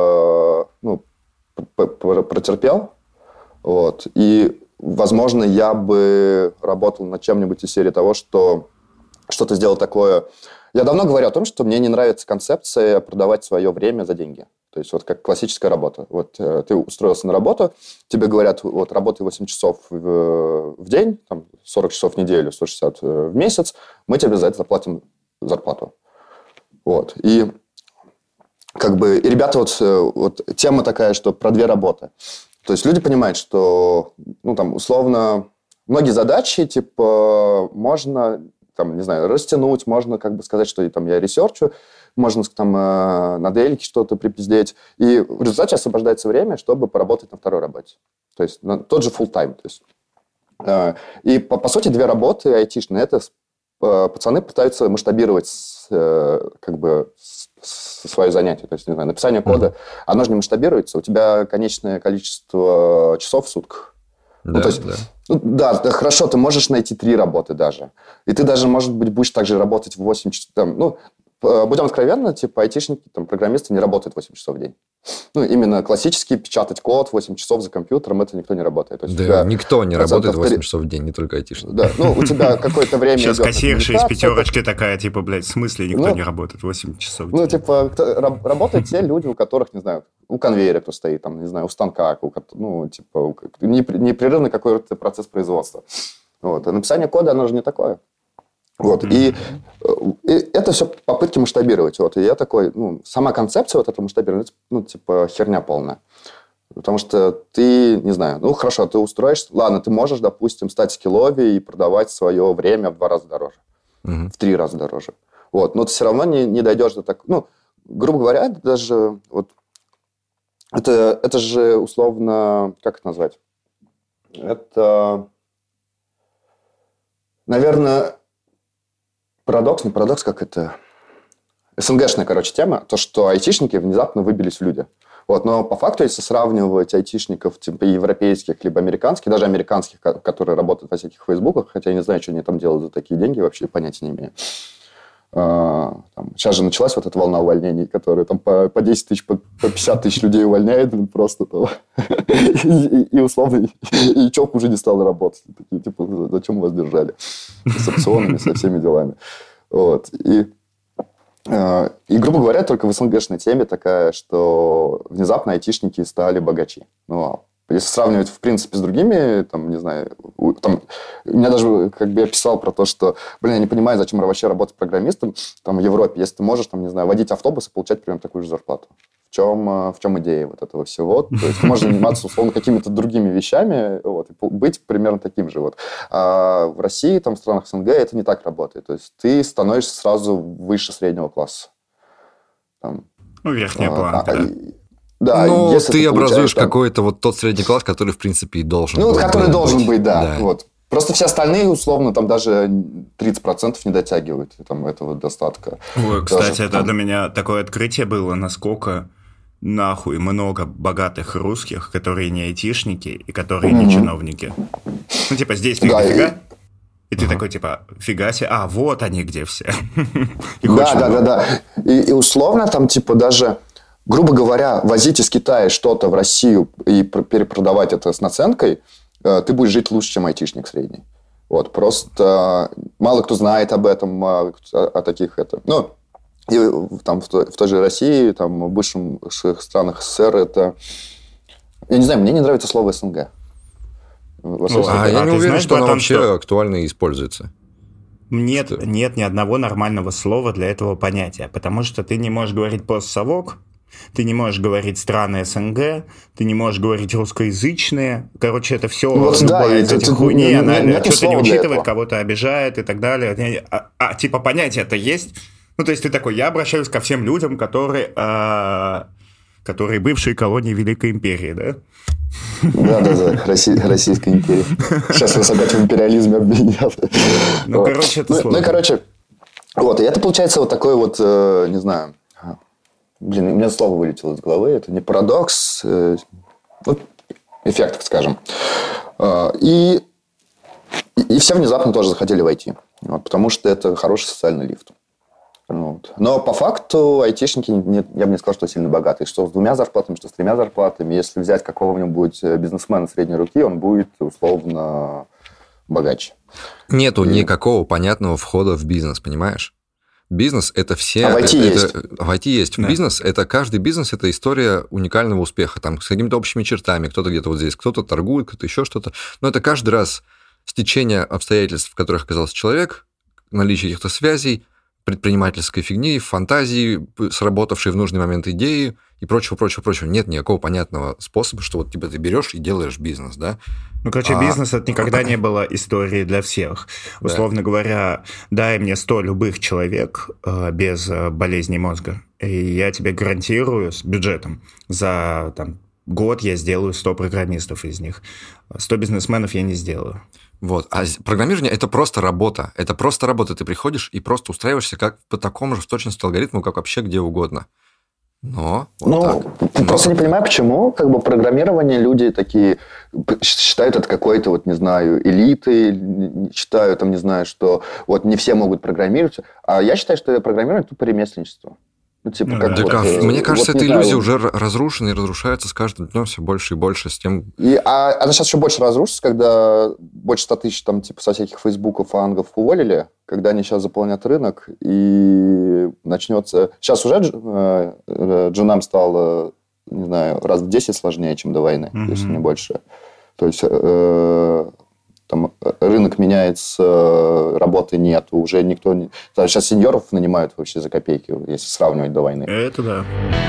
протерпел, вот, и, возможно, я бы работал над чем-нибудь из серии того, что что-то сделал такое. Я давно говорю о том, что мне не нравится концепция продавать свое время за деньги. То есть вот как классическая работа. Вот ты устроился на работу, тебе говорят, вот работай 8 часов в день, там, 40 часов в неделю, 160 в месяц, мы тебе за это заплатим зарплату. Вот. И как бы, и ребята, вот тема такая, что про две работы. То есть люди понимают, что, ну, там, условно, многие задачи, типа, можно, там, не знаю, растянуть, можно, как бы, сказать, что там я ресерчу, можно, там, на дельке что-то припиздеть. И в результате освобождается время, чтобы поработать на второй работе. То есть, тот же full-time. То есть, и, по сути, две работы айтишные, это пацаны пытаются масштабировать, как бы, свое занятие. То есть, не знаю, написание кода, оно же не масштабируется. У тебя конечное количество часов в сутках. Да, ну, то есть, да, хорошо, ты можешь найти 3 работы даже. И ты даже, может быть, будешь также работать в 8 часов. Там, ну, будем откровенны, типа, айтишники, там, программисты не работают 8 часов в день. Ну, именно классический печатать код 8 часов за компьютером, это никто не работает. То есть, да, никто не работает 8 часов в день, не только айтишники. Да, ну, у тебя какое-то время... Сейчас кассирша из пятерочки такая, типа, блядь, в смысле никто не работает 8 часов в день? Ну, типа, работают те люди, у которых, не знаю, у конвейера кто стоит, там, не знаю, у станка, ну, типа, непрерывный какой-то процесс производства. Вот. А написание кода, оно же не такое. Вот. И это все попытки масштабировать. Вот. И я такой, ну, сама концепция вот этого масштабирования, ну, типа, херня полная. Потому что ты, не знаю, ну, хорошо, ты устроишься, ладно, ты можешь, допустим, стать скилловее и продавать свое время в 2 раза дороже, в 3 раза дороже. Вот. Но ты все равно не дойдешь до такого... Ну, грубо говоря, даже вот это же условно, как это назвать? Это, наверное... не парадокс, как это... СНГшная, короче, тема. То, что айтишники внезапно выбились в люди. Вот, но по факту, если сравнивать айтишников типа европейских, либо американских, даже американских, которые работают во всяких фейсбуках, хотя я не знаю, что они там делают за такие деньги, вообще понятия не имею. Сейчас же началась вот эта волна увольнений, которая там по 10 тысяч, по 50 тысяч людей увольняет, блин, просто там. И условно, и ЧОП уже не стал работать. Такие, типа, зачем вас держали? С опционами, со всеми делами. Вот. И, грубо говоря, только в СНГшной теме такая, что внезапно айтишники стали богачи. Ну, если сравнивать, в принципе, с другими, там, не знаю, там, меня даже, как бы, я писал про то, что, блин, я не понимаю, зачем вообще работать программистом там, в Европе, если ты можешь, там, не знаю, водить автобус и получать примерно такую же зарплату. В чем идея вот этого всего? То есть, ты можешь заниматься, условно, какими-то другими вещами, вот, и быть примерно таким же. Вот. А в России, там, в странах СНГ это не так работает. То есть, ты становишься сразу выше среднего класса. Там, ну, верхняя планка, да. Да, ну, ты образуешь там... какой-то вот тот средний класс, который, в принципе, и должен быть. Ну, который должен быть, да. Вот. Просто все остальные, условно, там даже 30% не дотягивают там, этого достатка. Ой, кстати, это для меня такое открытие было, насколько нахуй много богатых русских, которые не айтишники и которые не чиновники. Ну, типа, здесь фига. И ты такой, типа, фига себе, вот они где все. Да. И условно там, типа, даже... Грубо говоря, возить из Китая что-то в Россию и перепродавать это с наценкой, ты будешь жить лучше, чем айтишник средний. Вот, просто мало кто знает об этом, о таких это. Ну, и там в той же России, там в бывших странах СССР это... Я не знаю, мне не нравится слово СНГ. Я не уверен, что оно вообще актуально и используется. Нет ни одного нормального слова для этого понятия, потому что ты не можешь говорить постсовок, ты не можешь говорить страны СНГ, ты не можешь говорить русскоязычные. Короче, это все, любая из этих хуйней, она что-то не учитывает, кого-то обижает и так далее. Типа понятие-то есть. Ну, то есть ты такой, я обращаюсь ко всем людям, которые которые бывшие колонии Великой Империи, да? Да, Российской империи. Сейчас вас опять в империализме обвинят. Ну, короче, это сложно. Ну, и, короче, вот, и это получается вот такой вот, не знаю, блин, у меня слово вылетело из головы, это не парадокс, эффект, скажем. И все внезапно тоже захотели войти, вот, потому что это хороший социальный лифт. Вот. Но по факту айтишники, я бы не сказал, что сильно богатые. Что с 2 зарплатами, что с 3 зарплатами. Если взять какого-нибудь бизнесмена средней руки, он будет условно богаче. Нету никакого понятного входа в бизнес, понимаешь? Бизнес – это все... А в IT есть. В IT есть. Да. Бизнес – это каждый бизнес – это история уникального успеха. Там с какими-то общими чертами. Кто-то где-то вот здесь, кто-то торгует, кто-то еще что-то. Но это каждый раз стечение обстоятельств, в которых оказался человек, наличие каких-то связей, предпринимательской фигни, фантазии, сработавшей в нужный момент идеи и прочего. Нет никакого понятного способа, что вот типа ты берешь и делаешь бизнес, да? Ну, короче, бизнес это никогда не было историей для всех. Условно говоря, дай мне 100 любых человек без болезней мозга, и я тебе гарантирую с бюджетом за год я сделаю 100 программистов из них. 100 бизнесменов я не сделаю. Вот. А программирование – это просто работа. Это просто работа. Ты приходишь и просто устраиваешься как по такому же в точности алгоритму, как вообще где угодно. Но просто не понимаю, почему программирование люди такие считают это какой-то, вот не знаю, элитой, считают, не знаю, что вот не все могут программировать. А я считаю, что программирование – тупо ремесленничество. Мне кажется, эта иллюзия уже разрушена и разрушается с каждым днем все больше и больше с тем... Она сейчас еще больше разрушится, когда больше 100 тысяч со всяких фейсбуков, ангов уволили, когда они сейчас заполнят рынок, и начнется... Сейчас уже джунам стало, не знаю, раз в 10 сложнее, чем до войны, если не больше. То есть... Там рынок меняется, работы нет, уже никто не... Сейчас сеньоров нанимают вообще за копейки, если сравнивать до войны. Это да.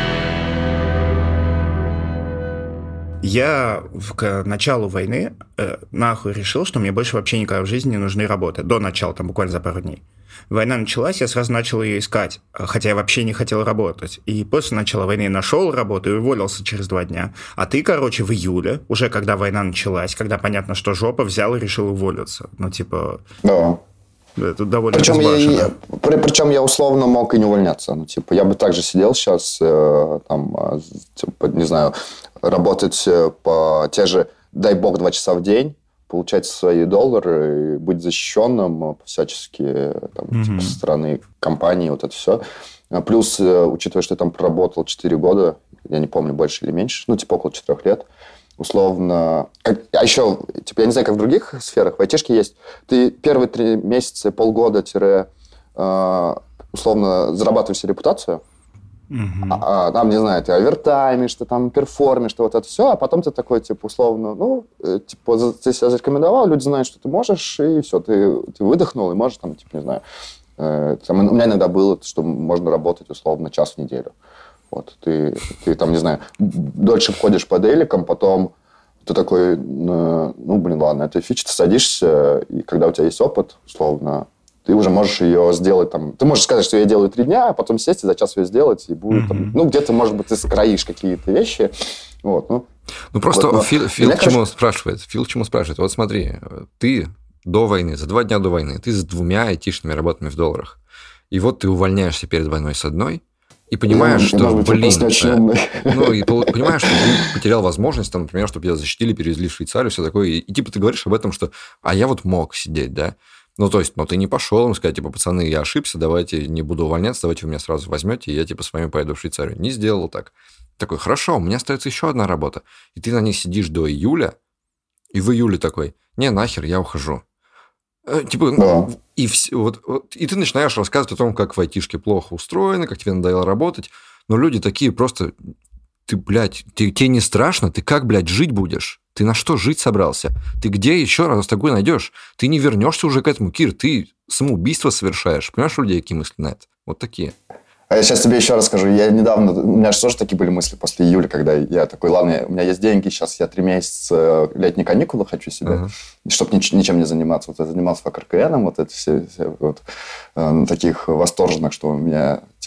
Я к началу войны нахуй решил, что мне больше вообще никогда в жизни не нужны работы. До начала, буквально за пару дней. Война началась, я сразу начал ее искать, хотя я вообще не хотел работать. И после начала войны нашел работу и уволился через 2 дня. А ты, в июле, уже когда война началась, когда понятно, что жопа, взял и решил уволиться. Да. Это довольно безбашенно. Причем я условно мог и не увольняться. Я бы также сидел сейчас, не знаю, работать по те же, дай бог, 2 часа в день, получать свои доллары, быть защищенным всячески со стороны компании, вот это все. Плюс, учитывая, что я там проработал 4 года, я не помню, больше или меньше, около 4 лет, условно... А еще, я не знаю, как в других сферах, в айтишке есть, ты первые 3 месяца, полгода, условно, зарабатываешь себе репутацию, там, не знаю, ты овертаймишь, ты там перформишь, ты вот это все, а потом ты такой, условно, ты себя зарекомендовал, люди знают, что ты можешь, и все, ты выдохнул, и можешь, не знаю, у меня иногда было, что можно работать, условно, час в неделю. Вот, ты там, не знаю, дольше входишь по деликам, потом ты такой, ладно, это фича, ты садишься, и когда у тебя есть опыт, условно, ты уже можешь ее сделать там... Ты можешь сказать, что я делаю 3 дня, а потом сесть и за час ее сделать, и будет где-то, может быть, ты скроишь какие-то вещи. Просто Фил к чему спрашивает? Вот смотри, ты до войны, за 2 дня до войны, ты с 2 айтишными работами в долларах. И вот ты увольняешься перед войной с одной, и понимаешь, что, понимаешь, что ты потерял возможность, например, чтобы тебя защитили, перевезли в Швейцарию, все такое, и ты говоришь об этом, что я вот мог сидеть, да? Ты не пошел им сказать, пацаны, я ошибся, давайте не буду увольняться, давайте вы меня сразу возьмете, и я, с вами поеду в Швейцарию. Не сделал так. Такой, хорошо, у меня остается еще одна работа. И ты на ней сидишь до июля, и в июле такой, не, нахер, я ухожу. И ты начинаешь рассказывать о том, как в айтишке плохо устроено, как тебе надоело работать, но люди такие просто... тебе не страшно? Ты как, жить будешь? Ты на что жить собрался? Ты где еще раз такой найдешь? Ты не вернешься уже к этому, Кир. Ты самоубийство совершаешь. Понимаешь, у людей какие мысли на это? Вот такие. А я сейчас тебе еще раз скажу. Я недавно... У меня же тоже такие были мысли после июля, когда я такой, ладно, у меня есть деньги, сейчас я 3 месяца летние каникулы хочу себе, чтобы ничем не заниматься. Вот я занимался ФКРКНом, вот это все таких восторженных, что у меня...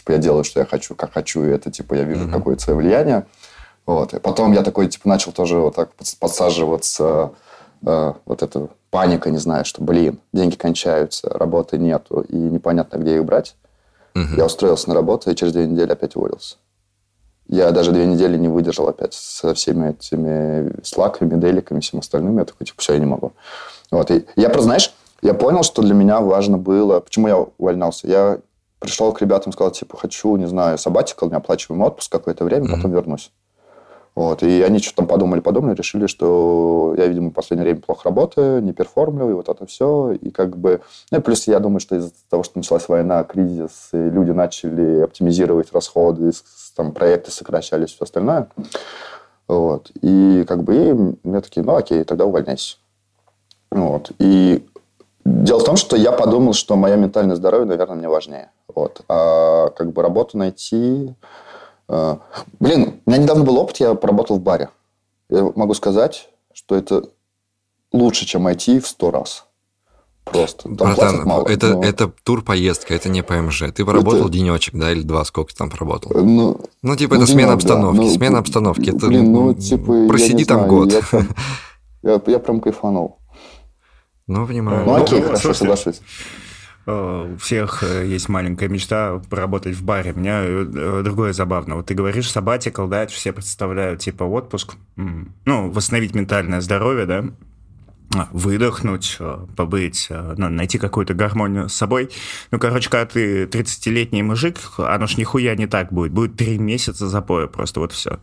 типа, я делаю, что я хочу, как хочу, и это, типа, я вижу какое-то свое влияние. Вот. И потом я такой, типа, начал тоже вот так подсаживаться, вот эта паника, не знаю, что, блин, деньги кончаются, работы нету, и непонятно, где их брать. Я устроился на работу, и через 2 недели опять уволился. Я даже 2 недели не выдержал опять со всеми этими слаками, деликами, всем остальным. Я такой, типа, все, я не могу. Вот. И я просто, знаешь, я понял, что для меня важно было... Почему я увольнялся? Я пришел к ребятам и сказал, типа, хочу, не знаю, sabbatical, мне оплачиваем отпуск какое-то время, потом вернусь. Вот. И они что-то там подумали, решили, что я, видимо, в последнее время плохо работаю, не перформлю, и вот это все. И как бы... Ну, и плюс я думаю, что из-за того, что началась война, кризис, и люди начали оптимизировать расходы, там проекты сокращались, все остальное. Вот. И как бы и мне такие, ну окей, тогда увольняйся. Вот. И дело в том, что я подумал, что мое ментальное здоровье, наверное, мне важнее. Вот. А как бы работу найти... Блин, у меня недавно был опыт, я поработал в баре. Я могу сказать, что это лучше, чем IT в 100 раз. Просто. Там братан, мало, это тур-поездка, это не ПМЖ. Ты поработал денечек, да, или 2, сколько ты там поработал? Типа, это смена обстановки. Да. Смена обстановки. Это, блин, типа, просиди там год. Я прям кайфанул. Ну, понимаю. Ну, окей, хорошо, соглашусь. У всех есть маленькая мечта поработать в баре. У меня другое забавно. Вот ты говоришь sabbatical, да, все представляют, типа, отпуск. Ну, восстановить ментальное здоровье, да, выдохнуть, побыть, найти какую-то гармонию с собой. Ну, короче, когда ты 30-летний мужик, оно ж нихуя не так будет. Будет 3 месяца запоя, просто вот все.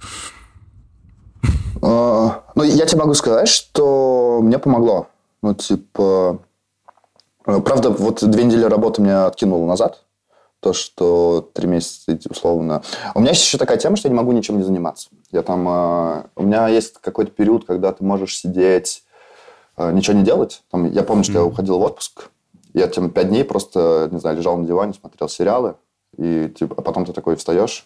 Ну, я тебе могу сказать, что мне помогло. Ну, типа... Правда, вот 2 недели работы меня откинуло назад. То, что 3 месяца, условно... У меня есть еще такая тема, что я не могу ничем не заниматься. Я там... У меня есть какой-то период, когда ты можешь сидеть, ничего не делать. Там, я помню, что я уходил в отпуск. Я 5 дней просто, не знаю, лежал на диване, смотрел сериалы. И типа, а потом ты такой встаешь.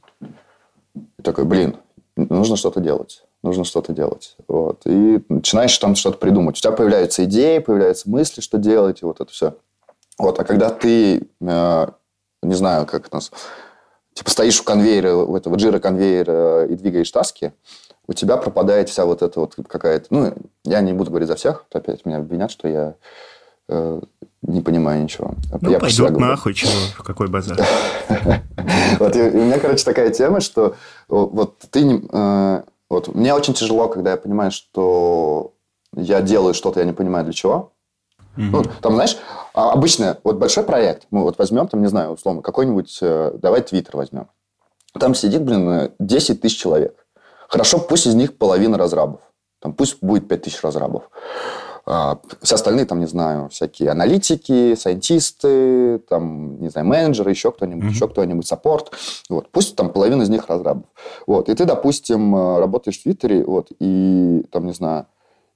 И такой, блин, нужно что-то делать. Нужно что-то делать. Вот. И начинаешь там что-то придумать. У тебя появляются идеи, появляются мысли, что делать, и вот это все. Вот. А когда ты, не знаю, как это нас... Типа стоишь у конвейера, у этого джира-конвейера и двигаешь таски, у тебя пропадает вся вот эта вот какая-то... Ну, я не буду говорить за всех, опять меня обвинят, что я не понимаю ничего. Ну, я пойдут нахуй, чего, какой базар. Вот, и у меня, короче, такая тема, что вот ты... Вот. Мне очень тяжело, когда я понимаю, что я делаю что-то, я не понимаю для чего. Ну, там, знаешь, обычно вот большой проект, мы вот возьмем, там, не знаю, условно, какой-нибудь, давай Твиттер возьмем. Там сидит, 10 тысяч человек. Хорошо, пусть из них половина разрабов. Там, пусть будет 5 тысяч разрабов. Все остальные, там, не знаю, всякие аналитики, сайентисты, там, не знаю, менеджеры, еще кто-нибудь, саппорт. Вот. Пусть там половина из них разрабов. Вот. И ты, допустим, работаешь в Твиттере, вот, и там, не знаю,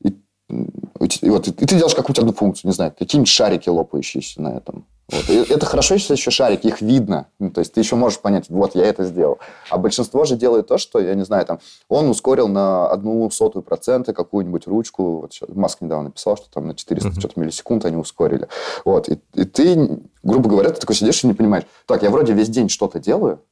и ты делаешь какую-то одну функцию, не знаю, какие-нибудь шарики лопающиеся на этом. Вот. И это хорошо, если еще шарики, их видно. Ну, то есть ты еще можешь понять, вот, я это сделал. А большинство же делает то, что, я не знаю, там, он ускорил на 0,01% какую-нибудь ручку. Вот Маск недавно написал, что там на 400 что-то миллисекунд они ускорили. Вот. И ты, грубо говоря, ты такой сидишь и не понимаешь, так, я вроде весь день что-то делаю,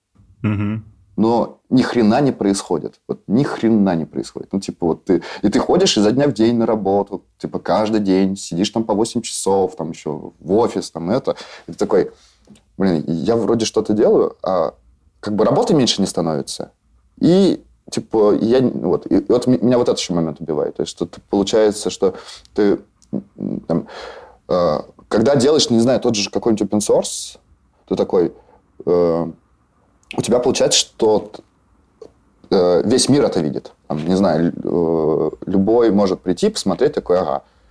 но ни хрена не происходит. Вот ни хрена не происходит. Ну, типа, вот ты... И ты ходишь изо дня в день на работу, типа, каждый день, сидишь там по 8 часов, там еще в офис, там это. И ты такой, блин, я вроде что-то делаю, а как бы работы меньше не становится. И, типа, и вот меня вот этот еще момент убивает. То есть, что получается, что ты там, когда делаешь, не знаю, тот же какой-нибудь open source, ты такой... у тебя получается, что весь мир это видит. Там, не знаю, любой может прийти, посмотреть, такой,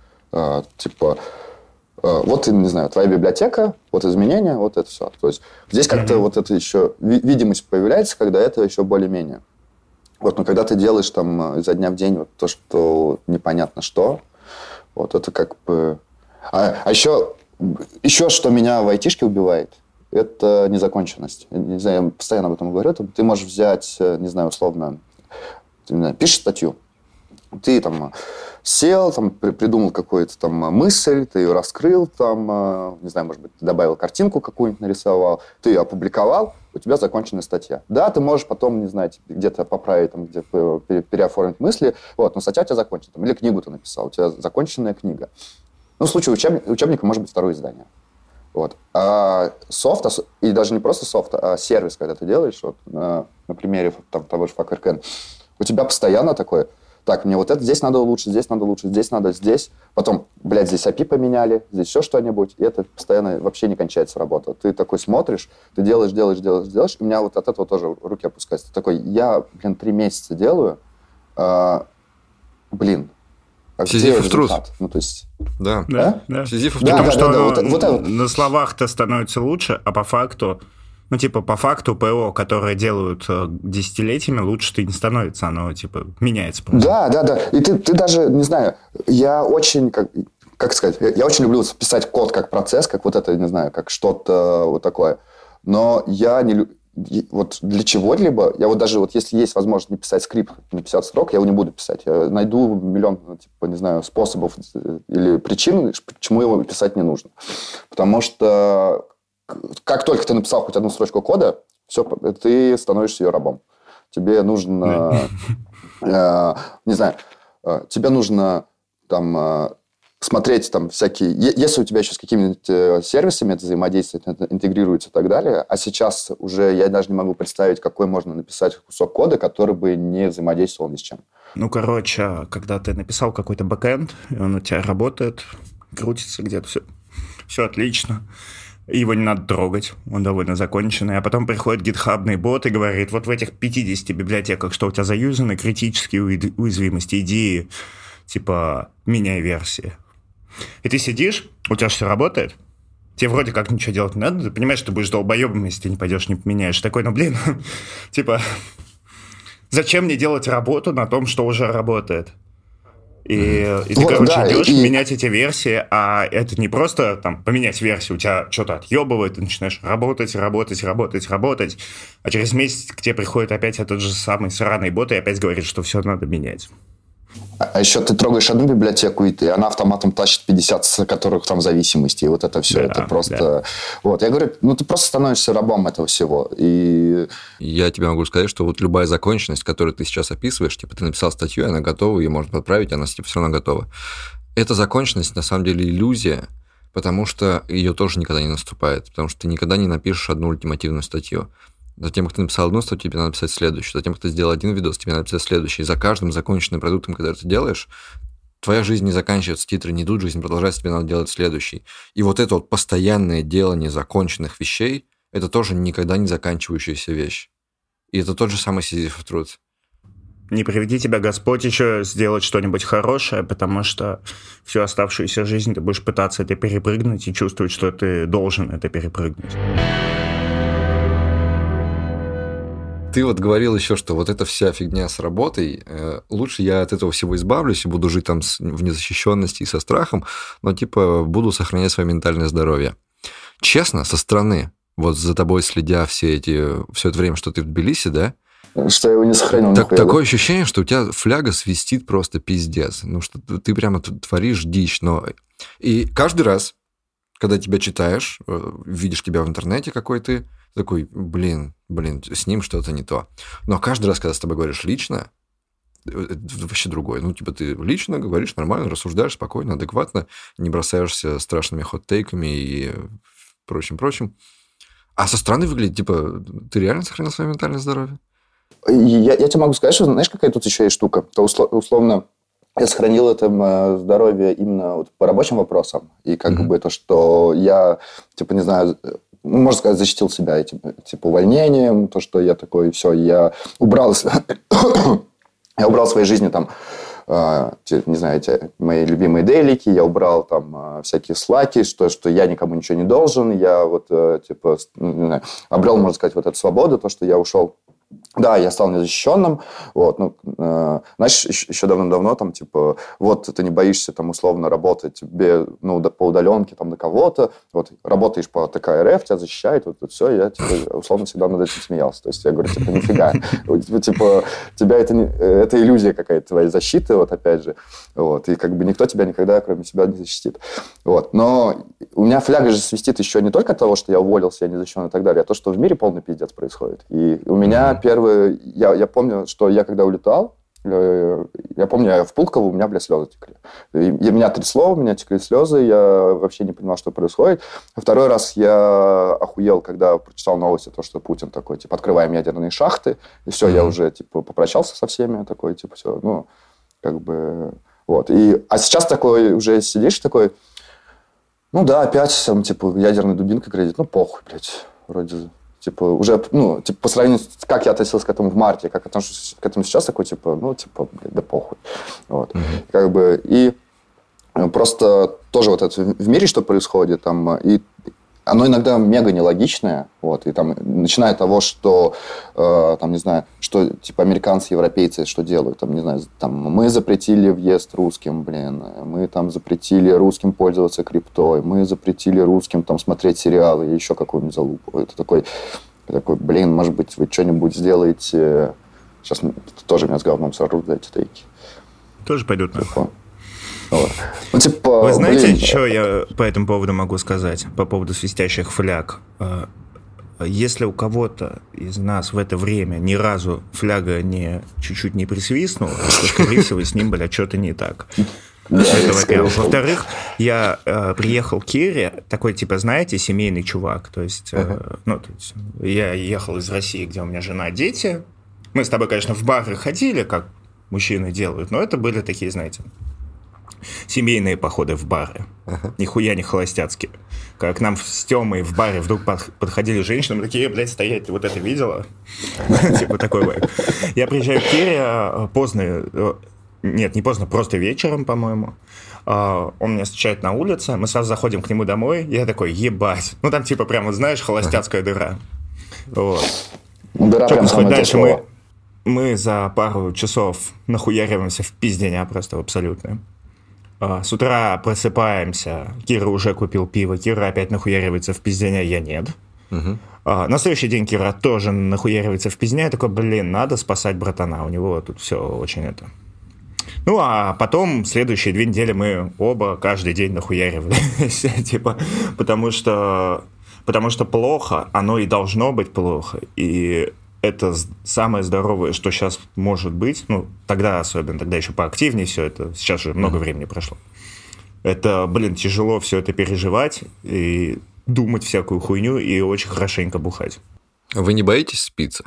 вот, не знаю, твоя библиотека, вот изменения, вот это все. То есть здесь как-то вот это еще видимость появляется, когда это еще более-менее. Вот, но когда ты делаешь там изо дня в день вот то, что непонятно что, вот это как бы... А еще, что меня в айтишке убивает, это незаконченность. Я не знаю, я постоянно об этом говорю. Ты можешь взять, не знаю, условно, пишешь статью, ты там сел, там, придумал какую-то там мысль, ты ее раскрыл, там, не знаю, может быть, добавил картинку какую-нибудь, нарисовал, ты ее опубликовал, у тебя законченная статья. Да, ты можешь потом, не знаю, где-то поправить, там, где-то переоформить мысли, вот, но статья у тебя закончена. Там, или книгу ты написал, у тебя законченная книга. Ну, в случае учебника может быть второе издание. Вот. А софт, и даже не просто софт, а сервис, когда ты делаешь, вот, на примере там, того же FuckRKN, у тебя постоянно такое, так, мне вот это здесь надо улучшить, здесь надо улучшить, здесь надо, здесь. Потом, блядь, здесь API поменяли, здесь еще что-нибудь. И это постоянно вообще не кончается работа. Ты такой смотришь, ты делаешь. И у меня вот от этого тоже руки опускаются. Ты такой, я, 3 месяца делаю, а Сизифов труд. Ну, то есть... Да. Сизифов труд. Потому что вот на словах-то становится лучше, а по факту... Ну, типа, по факту ПО, которые делают десятилетиями, лучше-то и не становится. Оно, типа, меняется просто. Да. И ты даже, не знаю, я очень, как сказать, я очень люблю писать код как процесс, как вот это, не знаю, как что-то вот такое. Но я не люблю... Вот для чего-либо, я вот даже, вот если есть возможность не писать скрипт на 50 строк, я его не буду писать. Я найду миллион, типа, не знаю, способов или причин, почему его писать не нужно. Потому что как только ты написал хоть одну строчку кода, все, ты становишься ее рабом. Тебе нужно, не знаю, тебе нужно там смотреть там всякие... Если у тебя еще с какими-нибудь сервисами это взаимодействует, это интегрируется и так далее, а сейчас уже я даже не могу представить, какой можно написать кусок кода, который бы не взаимодействовал ни с чем. Ну, короче, когда ты написал какой-то бэкэнд, и он у тебя работает, крутится где-то, все отлично, его не надо трогать, он довольно законченный, а потом приходит гитхабный бот и говорит, вот в этих 50 библиотеках, что у тебя заюзаны, критические уязвимости, иди, типа, меняй версии. И ты сидишь, у тебя все работает, тебе вроде как ничего делать не надо, ты понимаешь, что ты будешь долбоебом, если ты не пойдешь, не поменяешь. Такой, типа, зачем мне делать работу на том, что уже работает? И ты, идешь менять эти версии, а это не просто там поменять версию, у тебя что-то отъебывает, ты начинаешь работать, а через месяц к тебе приходит опять этот же самый сраный бот и опять говорит, что все надо менять. А еще ты трогаешь одну библиотеку, и она автоматом тащит 50, с которых там зависимости. И вот это все, это просто... Да. Вот, я говорю, ты просто становишься рабом этого всего. И... Я тебе могу сказать, что вот любая законченность, которую ты сейчас описываешь, типа ты написал статью, она готова, ее можно подправить, она типа все равно готова. Эта законченность, на самом деле, иллюзия, потому что ее тоже никогда не наступает. Потому что ты никогда не напишешь одну ультимативную статью. Затем, как ты написал одну статью, тебе надо написать следующую. Затем, как ты сделал один видос, тебе надо написать следующий. И за каждым законченным продуктом, который ты делаешь, твоя жизнь не заканчивается, титры не идут, жизнь продолжается, тебе надо делать следующий. И вот это вот постоянное делание законченных вещей, это тоже никогда не заканчивающаяся вещь. И это тот же самый сизифов труд. Не приведи тебя Господь еще сделать что-нибудь хорошее, потому что всю оставшуюся жизнь ты будешь пытаться это перепрыгнуть и чувствовать, что ты должен это перепрыгнуть. Ты вот говорил еще, что вот эта вся фигня с работой, лучше я от этого всего избавлюсь и буду жить там в незащищенности и со страхом, но типа буду сохранять свое ментальное здоровье. Честно, со стороны, вот за тобой следя все это время, что ты в Тбилиси, да? Что я его не сохранил. Такое ощущение, что у тебя фляга свистит просто пиздец. Ну, что ты прямо творишь дичь. И каждый раз, когда тебя читаешь, видишь тебя в интернете какой ты, такой, блин, с ним что-то не то. Но каждый раз, когда с тобой говоришь лично, это вообще другое. Ну, типа, ты лично говоришь нормально, рассуждаешь спокойно, адекватно, не бросаешься страшными хот-тейками и прочим. А со стороны выглядит, типа, ты реально сохранил свое ментальное здоровье? Я тебе могу сказать, что, знаешь, какая тут еще есть штука? То условно, я сохранил это здоровье именно вот по рабочим вопросам. И как бы то, что я, типа, не знаю... можно сказать, защитил себя этим, типа, увольнением, то, что я такой, все, я убрал в своей жизни там, не знаю, эти мои любимые дейлики, я убрал там всякие слаки, что я никому ничего не должен, я вот, типа, не знаю, обрел, можно сказать, вот эту свободу, то, что я ушел Да, я стал незащищенным, вот, ну, знаешь, еще давно-давно, там, типа, вот, ты не боишься, там, условно, работать тебе, ну, по удаленке, там, на кого-то, вот, работаешь по ТК РФ, тебя защищает, вот, все, я, типа, условно, всегда над этим смеялся, то есть я говорю, типа, нифига, типа, тебя это иллюзия какая-то твоей защиты, вот, опять же, вот, и, как бы, никто тебя никогда, кроме себя, не защитит, вот, но у меня фляга же свистит еще не только от того, что я уволился, я не защищен и так далее, а то, что в мире полный пиздец происходит, и у меня первый. Я помню, что я когда улетал, я помню, я в Пулково, у меня, бля, слезы текли. И меня трясло, у меня текли слезы, я вообще не понимал, что происходит. А второй раз я охуел, когда прочитал новости, то, что Путин такой, типа, открываем ядерные шахты, и все, я уже, типа, попрощался со всеми, такой, типа, все, ну, как бы, вот. А сейчас такой, уже сидишь такой, ну да, опять, там, типа, ядерной дубинкой грозит, ну, похуй, блядь, вроде... Типа, уже, ну, типа, по сравнению с как я относился к этому в марте, как отношусь к этому сейчас, такой, типа, ну, типа, блядь, да похуй. Вот. Как бы, и просто тоже вот это в мире, что происходит, там, и оно иногда мега нелогичное, вот, и там, начиная от того, что, там, не знаю, что, типа, американцы, европейцы что делают, там, не знаю, там, мы запретили въезд русским, блин, мы там запретили русским пользоваться криптой, мы запретили русским, там, смотреть сериалы или еще какую-нибудь залупу. Это такой, блин, может быть, вы что-нибудь сделаете, сейчас тоже меня с говном сорвут за эти тейки. Тоже пойдут нахуй. Вот. Ну, типа, вы знаете, что я по этому поводу могу сказать? По поводу свистящих фляг. Если у кого-то из нас в это время ни разу фляга чуть-чуть не присвистнула, то, скорее всего, с ним, блядь, что-то не так. Это, во-первых. Во-вторых, я приехал к Кире, такой, типа, знаете, семейный чувак. То есть, я ехал из России, где у меня жена, дети. Мы с тобой, конечно, в бары ходили, как мужчины делают, но это были такие, знаете... семейные походы в бары. Нихуя не холостяцкие. Как к нам с Тёмой в баре вдруг подходили женщины, мы такие, блядь, стоять, ты вот это видела? Типа такой вайб. Я приезжаю к Кире поздно, нет, не поздно, просто вечером, по-моему. Он меня встречает на улице, мы сразу заходим к нему домой, я такой, ебать. Ну там типа прям, вот знаешь, холостяцкая дыра. Вот. Дыра прям самое дальше мы за пару часов нахуяриваемся в пизденя просто абсолютно. С утра просыпаемся, Кира уже купил пиво, Кира опять нахуяривается в пизденя, я нет. На следующий день Кира тоже нахуяривается в пизденя, я такой, блин, надо спасать братана, у него тут все очень это... Ну, а потом следующие 2 недели мы оба каждый день нахуяривались, типа, потому что плохо, оно и должно быть плохо, и... Это самое здоровое, что сейчас может быть. Ну, тогда особенно, тогда еще поактивнее все это. Сейчас уже много времени прошло. Это, блин, тяжело все это переживать и думать всякую хуйню и очень хорошенько бухать. Вы не боитесь спиться?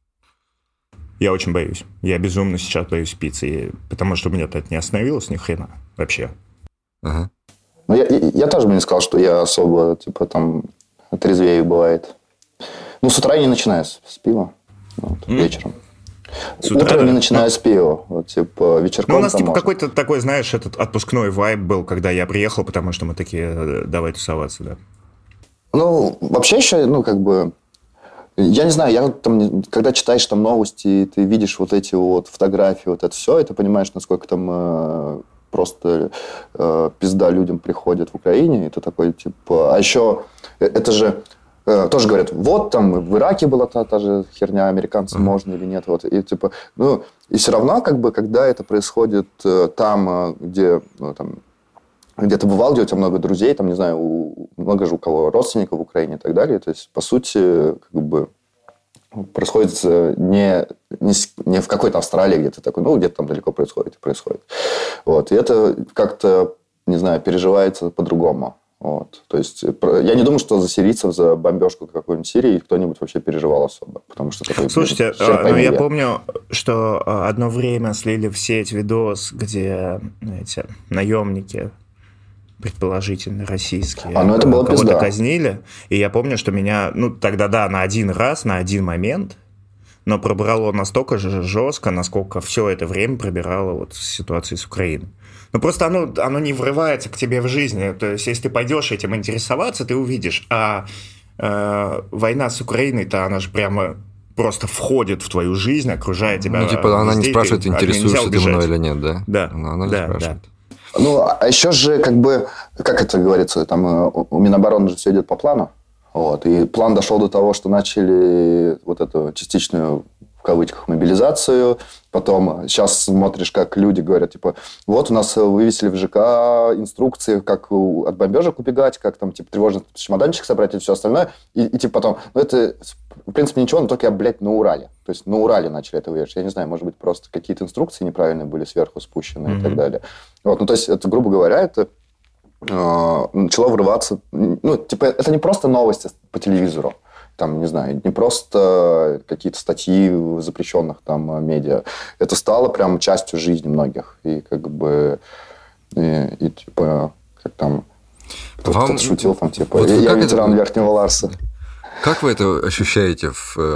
Я очень боюсь. Я безумно сейчас боюсь спиться, потому что у меня-то это не остановилось ни хрена вообще. Ну, я тоже бы не сказал, что я особо, типа, там, трезвее бывает. Ну, с утра я не начинаю с пива. Вот, вечером. Утром не начинаю с пива. Вот, типа, вечерком. Ну, у нас типа какой-то такой, знаешь, этот отпускной вайб был, когда я приехал, потому что мы такие, давай тусоваться, да. Ну, вообще еще, ну, как бы... Я не знаю, я там, когда читаешь там новости, ты видишь вот эти вот фотографии, вот это все, и ты понимаешь, насколько там просто пизда людям приходит в Украине, и ты такой, типа... А еще это же... Тоже говорят, вот там в Ираке была та же херня, американцам можно или нет. Вот, и типа, ну, и все равно, как бы, когда это происходит там, где, ну, там, где ты бывал, где у тебя много друзей, там, не знаю, много же у кого родственников в Украине и так далее. То есть, по сути, как бы происходит не в какой-то Австралии, где ты такой, ну, где-то там далеко происходит. Вот, и это как-то, не знаю, переживается по-другому. Вот. То есть, я не думаю, что за сирийцев, за бомбежку какой-нибудь Сирии кто-нибудь вообще переживал особо. Потому что такой, слушайте, ну, я помню, что одно время слили в сеть видос, где эти наемники, предположительно российские, это было кого-то пизда. казнили. И я помню, что меня, ну, тогда, да, на один раз, на один момент, но пробрало настолько же жестко, насколько все это время пробирало вот ситуацию с Украиной. Ну, просто оно не врывается к тебе в жизни. То есть, если ты пойдешь этим интересоваться, ты увидишь. А война с Украиной-то, она же прямо просто входит в твою жизнь, окружает тебя. Ну, типа, она не спрашивает, интересуешься ты мной или нет, да? Да. Она не спрашивает. Да. Ну, а еще же, как бы, как это говорится, там у Минобороны же все идет по плану. Вот, и план дошел до того, что начали вот эту частичную, в кавычках, мобилизацию. Потом сейчас смотришь, как люди говорят, типа, вот у нас вывесили в ЖК инструкции, как от бомбежек убегать, как там, типа, тревожный чемоданчик собрать и все остальное. И типа потом, ну, это, в принципе, ничего, но только я, блядь, на Урале. То есть на Урале начали это вешать. Я не знаю, может быть, просто какие-то инструкции неправильные были сверху спущены и так далее. Вот, ну, то есть, это, грубо говоря, это начало врываться... Ну, типа, это не просто новости по телевизору. Там, не знаю, не просто какие-то статьи в запрещенных там медиа. Это стало прям частью жизни многих. И как бы... И типа, как там... Кто-то шутил там, типа, вот я ветеран Верхнего Ларса. Как вы это ощущаете?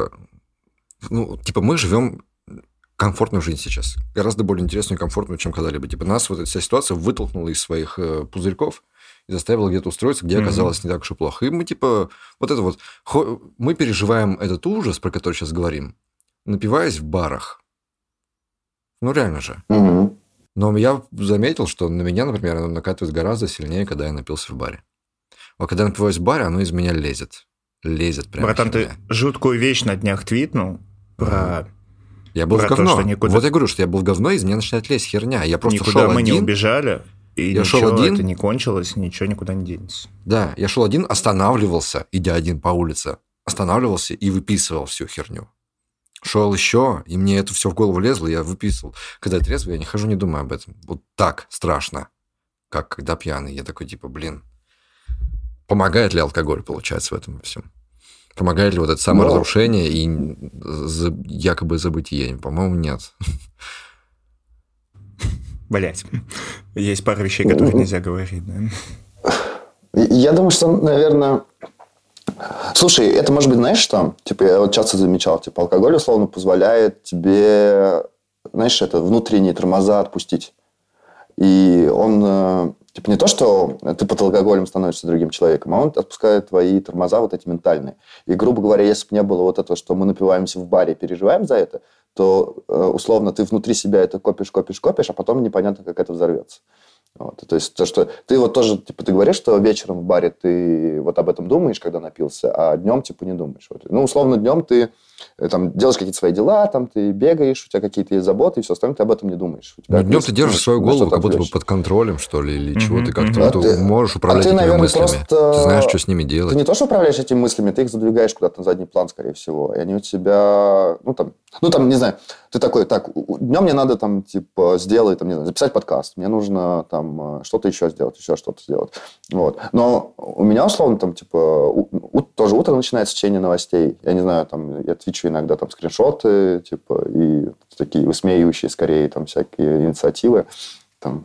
Ну, типа, мы живем комфортную жизнь сейчас. Гораздо более интересную и комфортную, чем когда-либо. Типа, нас вот эта вся ситуация вытолкнула из своих пузырьков и заставила где-то устроиться, где оказалось не так уж и плохо. И мы, типа, вот это вот... Мы переживаем этот ужас, про который сейчас говорим, напиваясь в барах. Ну, реально же. Но я заметил, что на меня, например, оно накатывает гораздо сильнее, когда я напился в баре. А когда я напиваюсь в баре, оно из меня лезет. Лезет прямо. Братан, ты жуткую вещь на днях твитнул про... Я был в говно. Вот я говорю, что я был в говно, из меня начинает лезть херня. Я просто никуда шел один. Мы не убежали, и я ничего шел один. Это не кончилось, ничего никуда не денется. Да, я шел один, останавливался, идя один по улице, останавливался и выписывал всю херню. Шел еще, и мне это все в голову лезло, я выписывал. Когда я трезвый, я не хожу, не думаю об этом. Вот так страшно, как когда пьяный. Я такой, типа, блин, помогает ли алкоголь, получается, в этом всем? Помогает ли вот это саморазрушение и якобы забытие? По-моему, нет. Блять, есть пара вещей, которые нельзя говорить, да? Я думаю, что, наверное... Слушай, это может быть, знаешь что? Типа, я вот часто замечал, типа, алкоголь, условно, позволяет тебе, знаешь, это, внутренние тормоза отпустить. И он... Типа не то, что ты под алкоголем становишься другим человеком, а он отпускает твои тормоза вот эти ментальные. И, грубо говоря, если бы не было вот этого, что мы напиваемся в баре и переживаем за это, то, условно, ты внутри себя это копишь, а потом непонятно, как это взорвется. Вот. То есть то, что ты вот тоже, типа, ты говоришь, что вечером в баре ты вот об этом думаешь, когда напился, а днем, типа, не думаешь. Вот. Ну, условно, днем ты там делаешь какие-то свои дела, там ты бегаешь, у тебя какие-то есть заботы, и все остальное, ты об этом не думаешь. Но днем ты держишь свою голову как будто бы под контролем, что ли, или чего ты как-то можешь управлять этими наверное, мыслями. Ты знаешь, что с ними делать. Ты не то, что управляешь этими мыслями, ты их задвигаешь куда-то на задний план, скорее всего. И они у тебя, ну, там, не знаю, ты такой, так, днем мне надо, там, типа, сделать, там, не знаю, записать подкаст, мне нужно, там, что-то еще сделать, еще что-то сделать. Вот. Но у меня, условно, там, типа, тоже утро начинается с чтения новостей. Я не знаю, там, я твичу иногда, там, скриншоты, типа, и такие высмеивающие, скорее, там, всякие инициативы, там,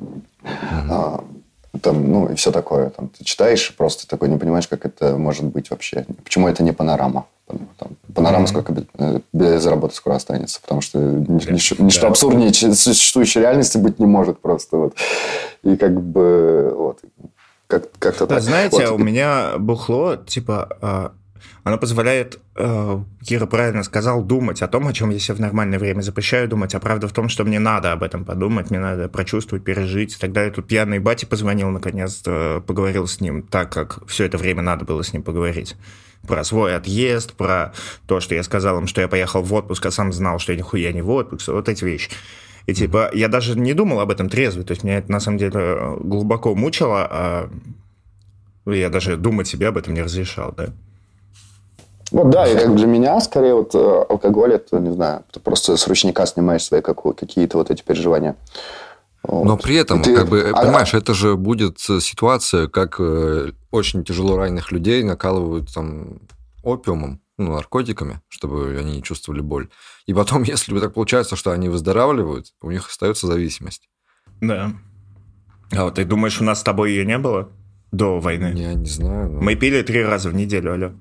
там, ну, и все такое. Там, ты читаешь, просто такой не понимаешь, как это может быть вообще. Почему это не панорама? Там, панорама сколько без работы скоро останется, потому что ничто абсурднее существующей реальности быть не может просто. Вот. И как бы вот, как-то так. Знаете, вот. У меня бухло, типа... Оно позволяет, Кира правильно сказал, думать о том, о чем я себе в нормальное время запрещаю думать. А правда в том, что мне надо об этом подумать, мне надо прочувствовать, пережить. Тогда я тут пьяный бате позвонил, наконец-то поговорил с ним так, как все это время надо было с ним поговорить. Про свой отъезд, про то, что я сказал им, что я поехал в отпуск, а сам знал, что я нихуя не в отпуск. Вот эти вещи. И типа я даже не думал об этом трезвый. То есть меня это на самом деле глубоко мучило, а я даже думать себе об этом не разрешал, да. Вот да, и как для меня, скорее, вот алкоголь, это, не знаю, ты просто с ручника снимаешь свои какие-то вот эти переживания. Вот. Но при этом, как бы, понимаешь, это же будет ситуация, как очень тяжело раненых людей накалывают там опиумом, ну, наркотиками, чтобы они не чувствовали боль. И потом, если так получается, что они выздоравливают, у них остается зависимость. Да. А вот ты думаешь, у нас с тобой ее не было до войны? Я не знаю. Но... Мы пили 3 раза в неделю, алло.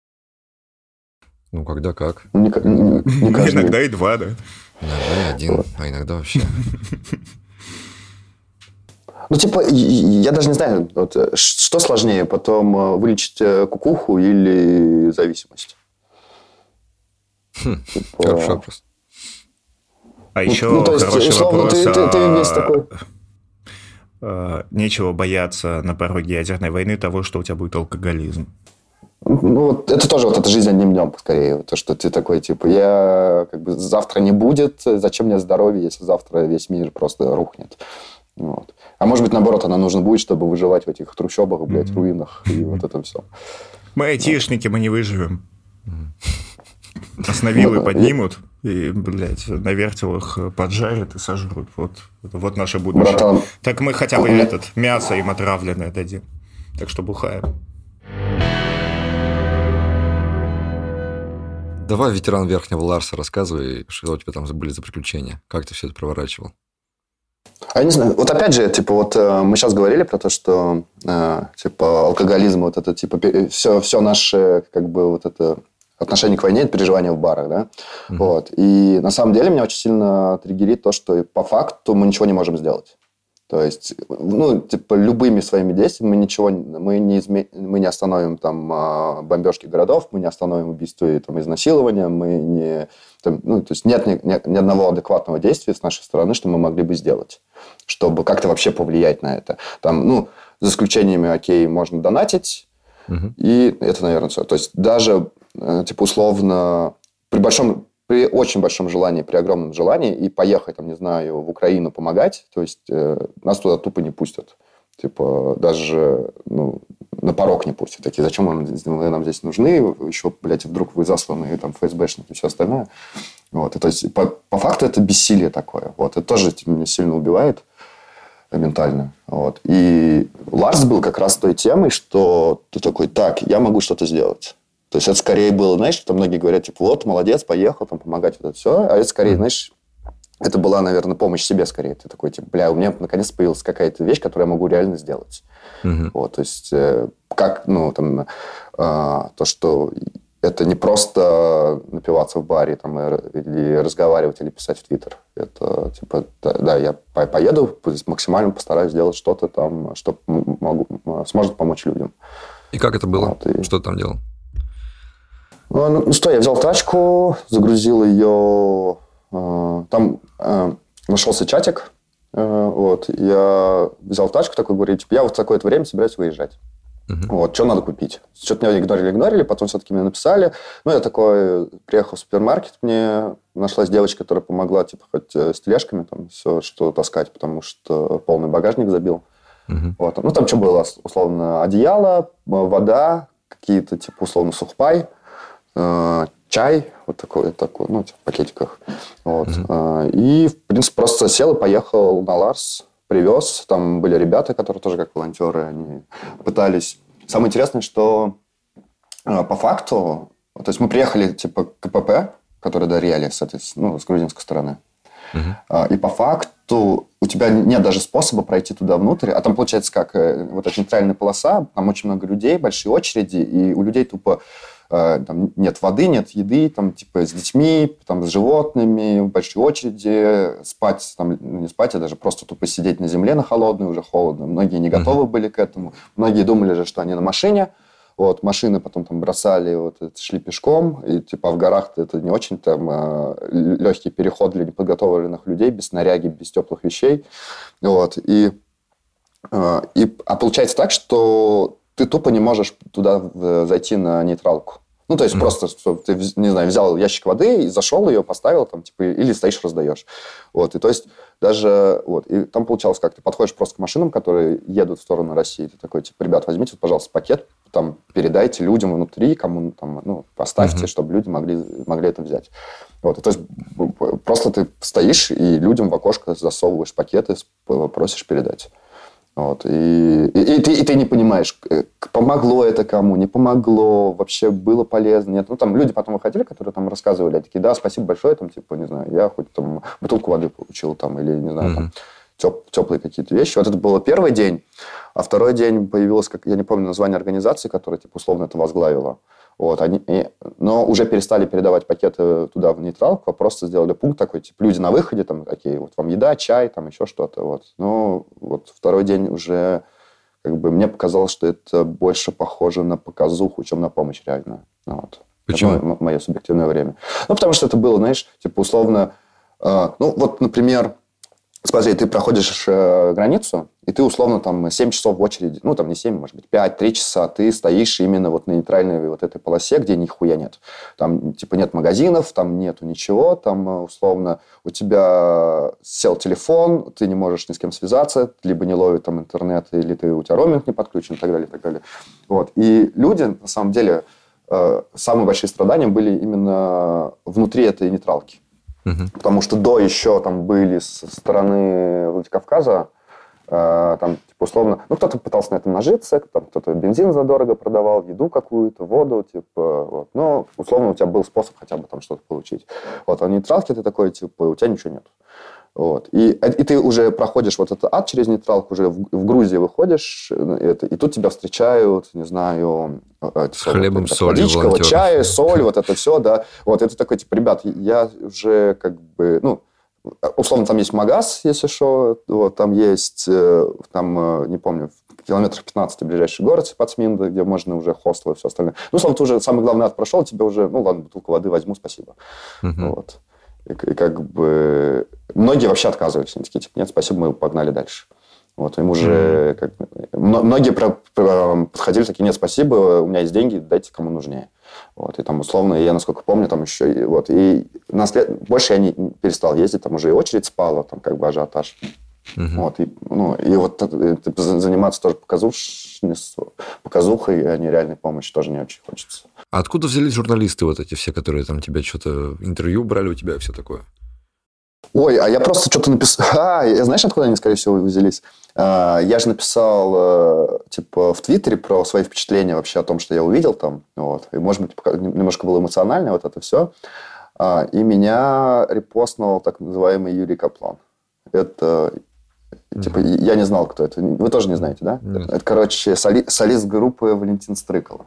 Ну, когда как. Не иногда и 2, да. Иногда и 1, а иногда вообще. Ну, типа, я даже не знаю, вот, что сложнее, потом вылечить кукуху или зависимость? Хороший вопрос. А еще то есть, хороший условно, вопрос. ты весь такой... Нечего бояться на пороге ядерной войны того, что у тебя будет алкоголизм. Ну, вот это тоже вот эта жизнь одним днем, скорее. То, что ты такой, типа, я как бы завтра не будет, зачем мне здоровье, если завтра весь мир просто рухнет. Вот. А может быть, наоборот, она нужна будет, чтобы выживать в этих трущобах, блядь, руинах и вот это все. Мы айтишники, мы не выживем. Нас на вилы поднимут и, блядь, на вертелах поджарят и сожрут. Вот наше будущее. Братан, так мы хотя бы мясо им отравленное дадим. Так что бухаем. Давай, ветеран Верхнего Ларса, рассказывай, что у тебя там были за приключения. Как ты все это проворачивал? я не знаю. Вот опять же, типа, вот мы сейчас говорили про то, что типа алкоголизм, вот это, типа, все наше, как бы, вот это отношение к войне, это переживание в барах, да? Вот. И на самом деле меня очень сильно триггерит то, что по факту мы ничего не можем сделать. То есть, ну, типа, любыми своими действиями мы не остановим там бомбежки городов, мы не остановим убийства и там, изнасилования, мы не... Там, ну, то есть, нет ни одного адекватного действия с нашей стороны, что мы могли бы сделать, чтобы как-то вообще повлиять на это. Там, ну, за исключениями, окей, можно донатить, и это, наверное, все. То есть, даже, типа, условно, при очень большом желании, при огромном желании, и поехать, там, не знаю, в Украину помогать, то есть нас туда тупо не пустят. Типа, даже на порог не пустят. Такие, зачем вы нам здесь нужны? Еще, блядь, вдруг вы засланы, там, ФСБшники и все остальное. Вот. И, то есть, по факту это бессилие такое. Вот. Это тоже меня сильно убивает ментально. Вот. И Ларс был как раз той темой, что ты такой, так, я могу что-то сделать. То есть, это скорее было, знаешь, что многие говорят, типа, вот, молодец, поехал, там, помогать, вот это все. А это скорее, знаешь, это была, наверное, помощь себе скорее. Ты такой, типа, бля, у меня наконец появилась какая-то вещь, которую я могу реально сделать. Вот, то есть, как, то, что это не просто напиваться в баре, там, или разговаривать, или писать в Твиттер. Это, типа, да, я поеду, максимально постараюсь сделать что-то там, что сможет помочь людям. И как это было? Вот, что ты там делал? Ну что, я взял тачку, загрузил ее... Там нашелся чатик. Вот, я взял тачку, такой говорю, типа, я вот в такое-то время собираюсь выезжать. Вот, что надо купить? Что-то меня игнорили, потом все-таки мне написали. Ну, я такой приехал в супермаркет, мне нашлась девочка, которая помогла, типа, хоть с тележками там все, что таскать, потому что полный багажник забил. Вот. Ну, там что было? Условно, одеяло, вода, какие-то, типа, условно, сухпай, чай, вот такой, ну, в пакетиках. Вот. И, в принципе, просто сел и поехал на Ларс, привез. Там были ребята, которые тоже как волонтеры, они пытались. Самое интересное, что по факту, то есть мы приехали, типа, к КПП, который до Реали, с грузинской стороны. И по факту у тебя нет даже способа пройти туда внутрь. А там, получается, как вот эта нейтральная полоса, там очень много людей, большие очереди, и у людей тупо там нет воды, нет еды, там, типа, с детьми, там, с животными, в большой очереди, спать, там, не спать, а даже просто тупо сидеть на земле на холодной, уже холодно. Многие не готовы были к этому. Многие думали же, что они на машине. Вот, машины потом там бросали, вот, шли пешком, и, типа, в горах это не очень там легкий переход для неподготовленных людей, без снаряги, без теплых вещей. Вот, а получается так, что ты тупо не можешь туда зайти на нейтралку. Ну, то есть, просто, ты, не знаю, взял ящик воды и зашел ее, поставил там, типа, или стоишь, раздаешь. Вот, и то есть, даже, вот, и там получалось как, ты подходишь просто к машинам, которые едут в сторону России, ты такой, типа, ребят, возьмите, пожалуйста, пакет, там, передайте людям внутри, кому там, ну, поставьте, чтобы люди могли это взять. Вот, и то есть, просто ты стоишь и людям в окошко засовываешь пакеты, просишь передать. Вот. И ты не понимаешь, помогло это кому, не помогло, вообще было полезно, нет. Ну, там люди потом выходили, которые там рассказывали, такие, да, спасибо большое, там, типа, не знаю, я хоть там бутылку воды получил, там, или, не знаю, там, теплые какие-то вещи. Вот это был первый день, а второй день появилась, как я не помню название организации, которая, типа, условно это возглавила. Вот, но уже перестали передавать пакеты туда в нейтралку, а просто сделали пункт такой, типа, люди на выходе, там, окей, вот вам еда, чай, там, еще что-то, вот. Но вот второй день уже, как бы, мне показалось, что это больше похоже на показуху, чем на помощь реально. Вот. Почему? Ну, мое субъективное время. Ну, потому что это было, знаешь, типа, условно... ну, вот, например, смотри, ты проходишь границу, и ты, условно, там, 7 часов в очереди, ну, там, не 7, может быть, 5-3 часа, ты стоишь именно вот на нейтральной вот этой полосе, где нихуя нет. Там, типа, нет магазинов, там нету ничего, там, условно, у тебя сел телефон, ты не можешь ни с кем связаться, либо не ловит там интернет, или у тебя роуминг не подключен, и так далее, и так далее. Вот. И люди, на самом деле, самые большие страдания были именно внутри этой нейтралки. Потому что до еще там были со стороны Владикавказа, там, типа, условно, ну, кто-то пытался на этом нажиться, там, кто-то бензин задорого продавал, еду какую-то, воду, типа, вот. Но, условно, у тебя был способ хотя бы там что-то получить. Вот, а в нейтралке ты такой, типа, у тебя ничего нет. Вот. И ты уже проходишь вот этот ад через нейтралку, уже в Грузии выходишь, и тут тебя встречают, не знаю... С хлебом, вот, солью, водичка, вот чай, соль, вот это все, да. Вот, это такой, типа, ребят, я уже как бы, ну, условно, там есть магаз, если что, вот, там есть, там, не помню, километров 15 ближайший город Сепацминда, где можно уже хостелы и все остальное. Ну, условно, ты уже самый главный ад прошел, тебе уже, ну, ладно, бутылку воды возьму, спасибо. Вот. И как бы многие вообще отказывались. Они такие, типа, нет, спасибо, мы погнали дальше. Вот, им уже... Как, многие подходили такие, нет, спасибо, у меня есть деньги, дайте кому нужнее. Вот, и там, условно, я, насколько помню, там еще... Вот, и больше я не перестал ездить, там уже и очередь спала, там как бы ажиотаж. Вот, и вот заниматься тоже показухой, а не реальной помощью тоже не очень хочется. А откуда взялись журналисты вот эти все, которые там тебя что-то интервью брали у тебя и все такое? Ой, а я просто что-то написал... знаешь, откуда они, скорее всего, взялись? Я же написал, типа, в Твиттере про свои впечатления вообще о том, что я увидел там. Вот. И, может быть, немножко было эмоционально вот это все. И меня репостнул так называемый Юрий Каплан. Это... Типа, я не знал, кто это. Вы тоже не знаете, да? Нет. Это, короче, солист группы Валентин Стрыкало.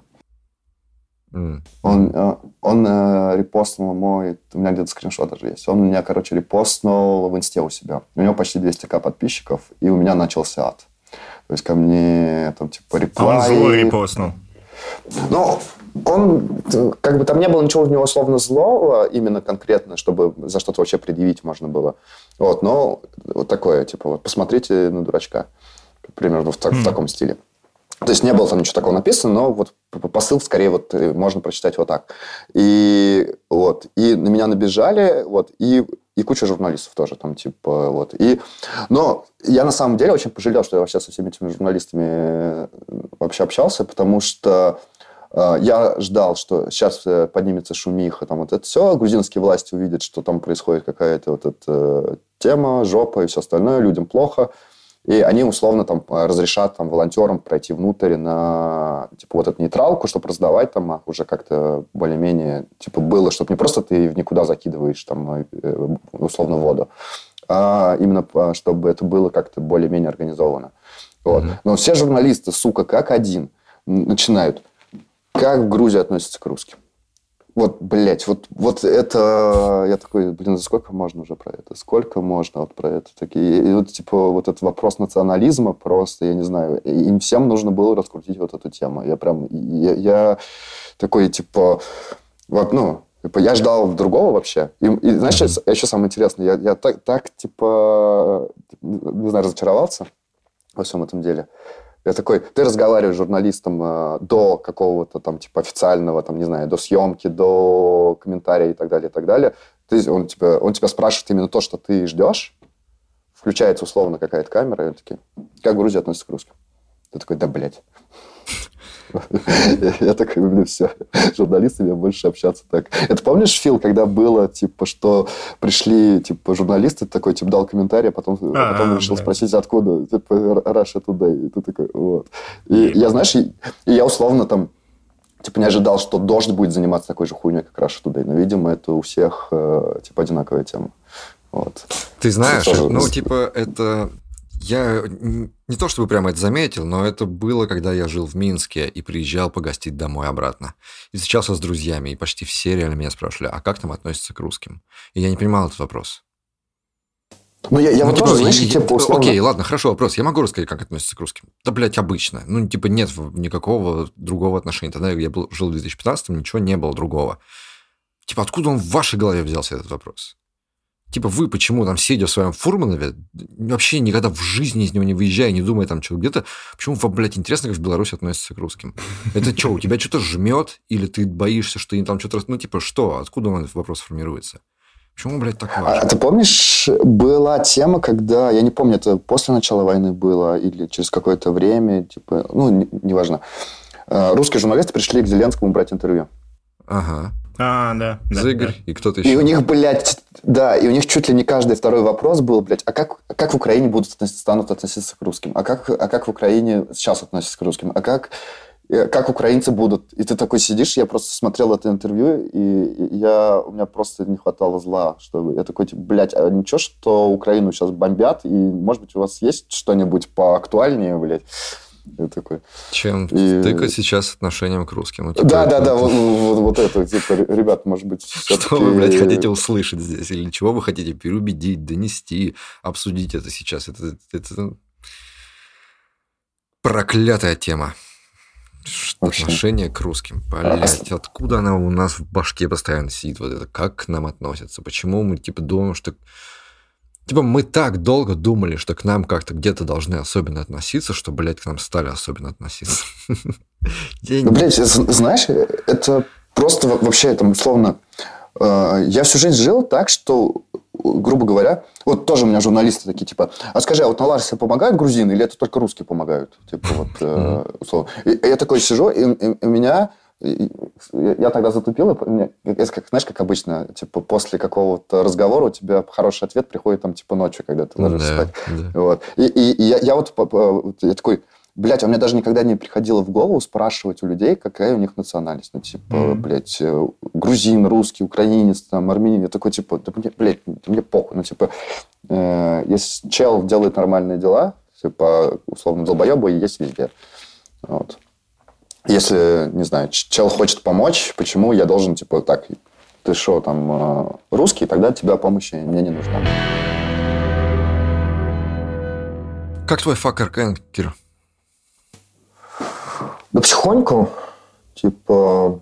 Он репостнул мой... У меня где-то скриншот даже есть. Он меня, короче, репостнул в инсте у себя. У него почти 200 подписчиков, и у меня начался ад. То есть ко мне там, типа, реплай... А он зло репостнул. Ну, он... Как бы там не было ничего в него словно злого, именно конкретно, чтобы за что-то вообще предъявить можно было. Вот, но вот такое, типа, вот посмотрите на дурачка. Примерно в таком стиле. То есть не было там ничего такого написано, но вот посыл скорее вот можно прочитать вот так. И вот, и на меня набежали, вот, и куча журналистов тоже там, типа, вот. Но я на самом деле очень пожалел, что я вообще со всеми этими журналистами вообще общался, потому что я ждал, что сейчас поднимется шумиха, там вот это все, грузинские власти увидят, что там происходит какая-то вот эта тема, жопа и все остальное, людям плохо. И они условно там разрешат там волонтерам пройти внутрь на типа вот эту нейтралку, чтобы раздавать там уже как-то более-менее типа было, чтобы не просто ты в никуда закидываешь там условно воду, а именно чтобы это было как-то более-менее организовано. Вот. Но все журналисты, сука, как один начинают. Как в Грузии относятся к русским? Вот, блядь, вот это... Я такой, блин, сколько можно уже про это? Сколько можно вот про это? Такие, и вот, типа, вот этот вопрос национализма просто, я не знаю, им всем нужно было раскрутить вот эту тему. Я такой, типа, вот, ну, типа, я ждал другого вообще. И знаешь, еще самое интересное, я так, типа, не знаю, разочаровался во всем этом деле. Я такой, ты разговариваешь с журналистом до какого-то там типа официального, там, не знаю, до съемки, до комментария и так далее, и так далее. Он тебя спрашивает именно то, что ты ждешь. Включается условно какая-то камера, и он такие, как Грузия относится к русским? Ты такой, да, блядь. Я такой, блин, все, с журналистами больше общаться так. Это помнишь, Фил, когда было, типа, что пришли, типа, журналисты, такой, типа, дал комментарий, а потом решил спросить, откуда, типа, Russia Today, и ты такой, вот. И я, знаешь, я условно там, типа, не ожидал, что Дождь будет заниматься такой же хуйней, как Russia Today, но, видимо, это у всех, типа, одинаковая тема. Вот. Ты знаешь, ну, типа, это... Я не то чтобы прямо это заметил, но это было, когда я жил в Минске и приезжал погостить домой обратно. И встречался с друзьями, и почти все реально меня спрашивали, а как там относятся к русским? И я не понимал этот вопрос. Ну, я вот тоже, знаешь, типа условно... Окей, ладно, хорошо, вопрос. Я могу рассказать, как относится к русским? Да, блядь, обычно. Ну, типа, нет никакого другого отношения. Тогда я жил в 2015-м, ничего не было другого. Типа, откуда он в вашей голове взялся, этот вопрос? Типа, вы почему там, сидя в своем Фурманове, вообще никогда в жизни из него не выезжая, не думая там что где-то, почему вам, блядь, интересно, как в Беларуси относятся к русским? Это что, у тебя что-то жмет? Или ты боишься, что им там что-то... Ну, типа, что? Откуда он этот вопрос формируется? Почему, блядь, так важно? А ты помнишь, была тема, когда, я не помню, это после начала войны было или через какое-то время, типа, ну, неважно, русские журналисты пришли к Зеленскому брать интервью. Ага. Да. Зыгорь Да. и кто-то еще. И у них, блядь, да, и у них чуть ли не каждый второй вопрос был, блядь, а как в Украине станут относиться к русским? А как в Украине сейчас относятся к русским? А как украинцы будут? И ты такой сидишь, я просто смотрел это интервью, и у меня просто не хватало зла, чтобы... Я такой, типа, блядь, а ничего, что Украину сейчас бомбят, и, может быть, у вас есть что-нибудь поактуальнее, блядь? Я такой... Чем тыкать сейчас отношением к русским? Ну, типа, да, вот это, типа, ребят, может быть, Что вы, блядь, хотите услышать здесь? Или чего вы хотите переубедить, донести, обсудить это сейчас? Это проклятая тема. Отношение к русским. Блядь, откуда она у нас в башке постоянно сидит? Вот это, как к нам относятся? Почему мы, типа, думаем, что... Типа, мы так долго думали, что к нам как-то где-то должны особенно относиться, что, блядь, к нам стали особенно относиться. Блядь, знаешь, это просто вообще, там, условно... Я всю жизнь жил так, что, грубо говоря... Вот тоже у меня журналисты такие, типа... А скажи, а вот на Ларсе помогают грузины или это только русские помогают? Типа, вот, условно. И я такой сижу, и у меня... Я тогда затупил, и знаешь, как обычно, типа, после какого-то разговора у тебя хороший ответ приходит, там, типа, ночью, когда ты ложишься спать. Да. Вот. И я такой, блядь, а мне даже никогда не приходило в голову спрашивать у людей, какая у них национальность. Ну, типа, блядь, грузин, русский, украинец, там, армянин. Я такой, типа, да, блядь, мне похуй. Ну, типа, если чел делает нормальные дела, типа, условно, долбоебы есть везде. Вот. Если, не знаю, чел хочет помочь, почему я должен, типа, так, ты что, там, русский, тогда от тебя помощи мне не нужна. Как твой факер, Кир? Да потихоньку, типа,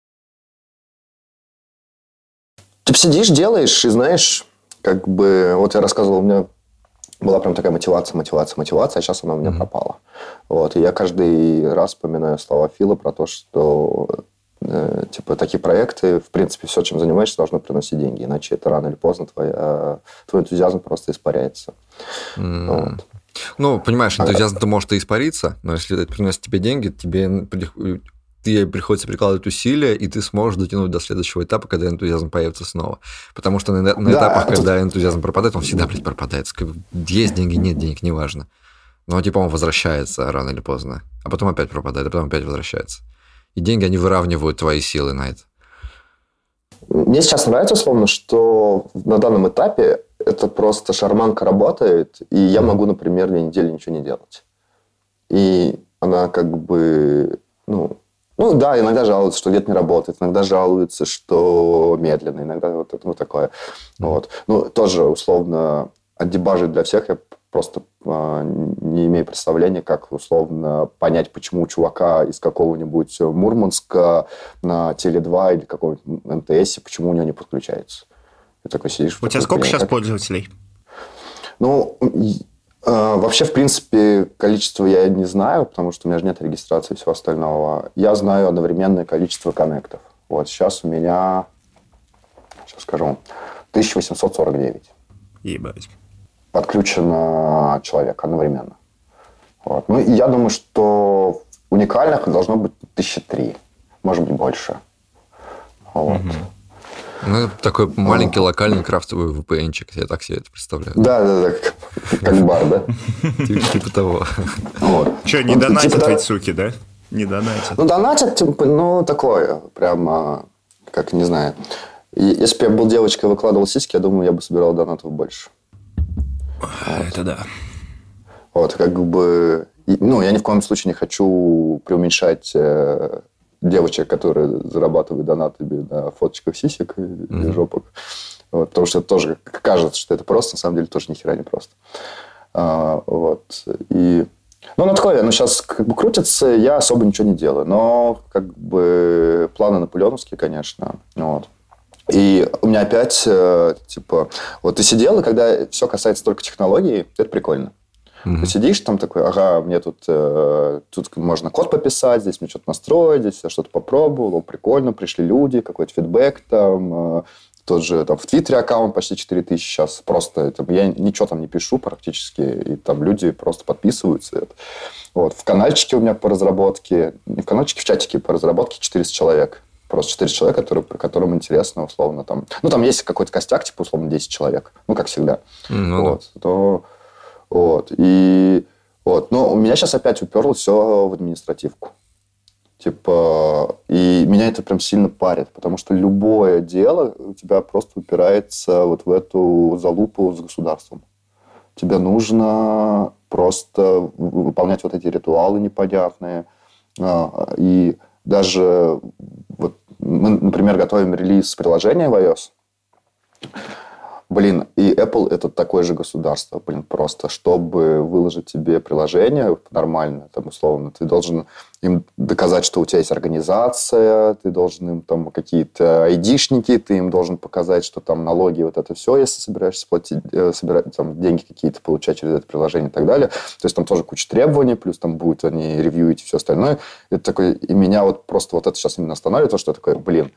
сидишь, делаешь, и знаешь, как бы, вот я рассказывал, у меня была прям такая мотивация, а сейчас она у меня пропала. Вот, и я каждый раз вспоминаю слова Фила про то, что типа такие проекты, в принципе, все, чем занимаешься, должно приносить деньги, иначе это рано или поздно твой энтузиазм просто испаряется. Вот. Ну, понимаешь, энтузиазм-то может и испариться, но если это приносит тебе деньги, тебе приходится прикладывать усилия, и ты сможешь дотянуть до следующего этапа, когда энтузиазм появится снова. Потому что на этапах, когда энтузиазм пропадает, он всегда, блядь, пропадает. Есть деньги, нет денег, неважно. Но, типа, он возвращается рано или поздно. А потом опять пропадает, а потом опять возвращается. И деньги, они выравнивают твои силы на это. Мне сейчас нравится, условно, что на данном этапе это просто шарманка работает, и я могу, например, 2 недели ничего не делать. И она как бы, ну да, иногда жалуются, что где-то не работает, иногда жалуются, что медленно, иногда вот это, такое. Вот. Ну, тоже, условно, отдебажить для всех я просто не имею представления, как, условно, понять, почему у чувака из какого-нибудь Мурманска на Теле2 или какого-нибудь МТС, почему у него не подключается. Ты такой сидишь... У тебя сколько сейчас пользователей? Ну, вообще, в принципе, количество я не знаю, потому что у меня же нет регистрации и всего остального. Я знаю одновременное количество коннектов. Вот сейчас у меня, сейчас скажу, 1849. Ебать. Подключено человек одновременно. Вот. Ну, и я думаю, что уникальных должно быть 1003, может быть, больше. Вот. Ну, это такой маленький локальный крафтовый VPN-чик, я так себе это представляю. Да, как бар, да? Типа того. Че, не донатят ведь, суки, да? Не донатят. Ну, донатят, такое, прям, как, не знаю. Если бы я был девочкой и выкладывал сиськи, я думаю, я бы собирал донатов больше. Это да. Вот, как бы... Ну, я ни в коем случае не хочу преуменьшать девочек, которые зарабатывают донатами на фоточках сисек и жопок. Вот, потому что это тоже кажется, что это просто, на самом деле тоже ни хера не просто. Вот. И... Ну, оно такое, оно сейчас как бы крутится, я особо ничего не делаю. Но как бы планы наполеоновские, конечно. Вот. И у меня опять, типа, вот ты сидел, и когда все касается только технологий, это прикольно. Ты сидишь там такой, ага, мне тут можно код пописать, здесь мне что-то настроить, здесь я что-то попробовал, прикольно, пришли люди, какой-то фидбэк там, тот же там в Твиттере аккаунт почти 4000 сейчас, просто там, я ничего там не пишу практически, и там люди просто подписываются. Вот. В канальчике у меня по разработке, не в канальчике, в чатике по разработке 400 человек. Просто 400 человек, которым интересно, условно, там... Ну, там есть какой-то костяк, типа, условно, 10 человек. Ну, как всегда. Вот. То... Вот. И... Вот. Но у меня сейчас опять уперлось все в административку. Типа... И меня это прям сильно парит, потому что любое дело у тебя просто упирается вот в эту залупу с государством. Тебе нужно просто выполнять вот эти ритуалы непонятные. И даже... Вот, мы, например, готовим релиз приложения в iOS. Блин, и Apple это такое же государство, блин, просто, чтобы выложить тебе приложение нормально, там, условно, ты должен им доказать, что у тебя есть организация, ты должен им там какие-то айдишники, ты им должен показать, что там налоги, вот это все, если собираешься платить, собирать, там, деньги какие-то получать через это приложение и так далее. То есть там тоже куча требований, плюс там будут они ревьюить и все остальное. Это такое, и меня вот просто вот это сейчас именно останавливает, то, что я такой, блин,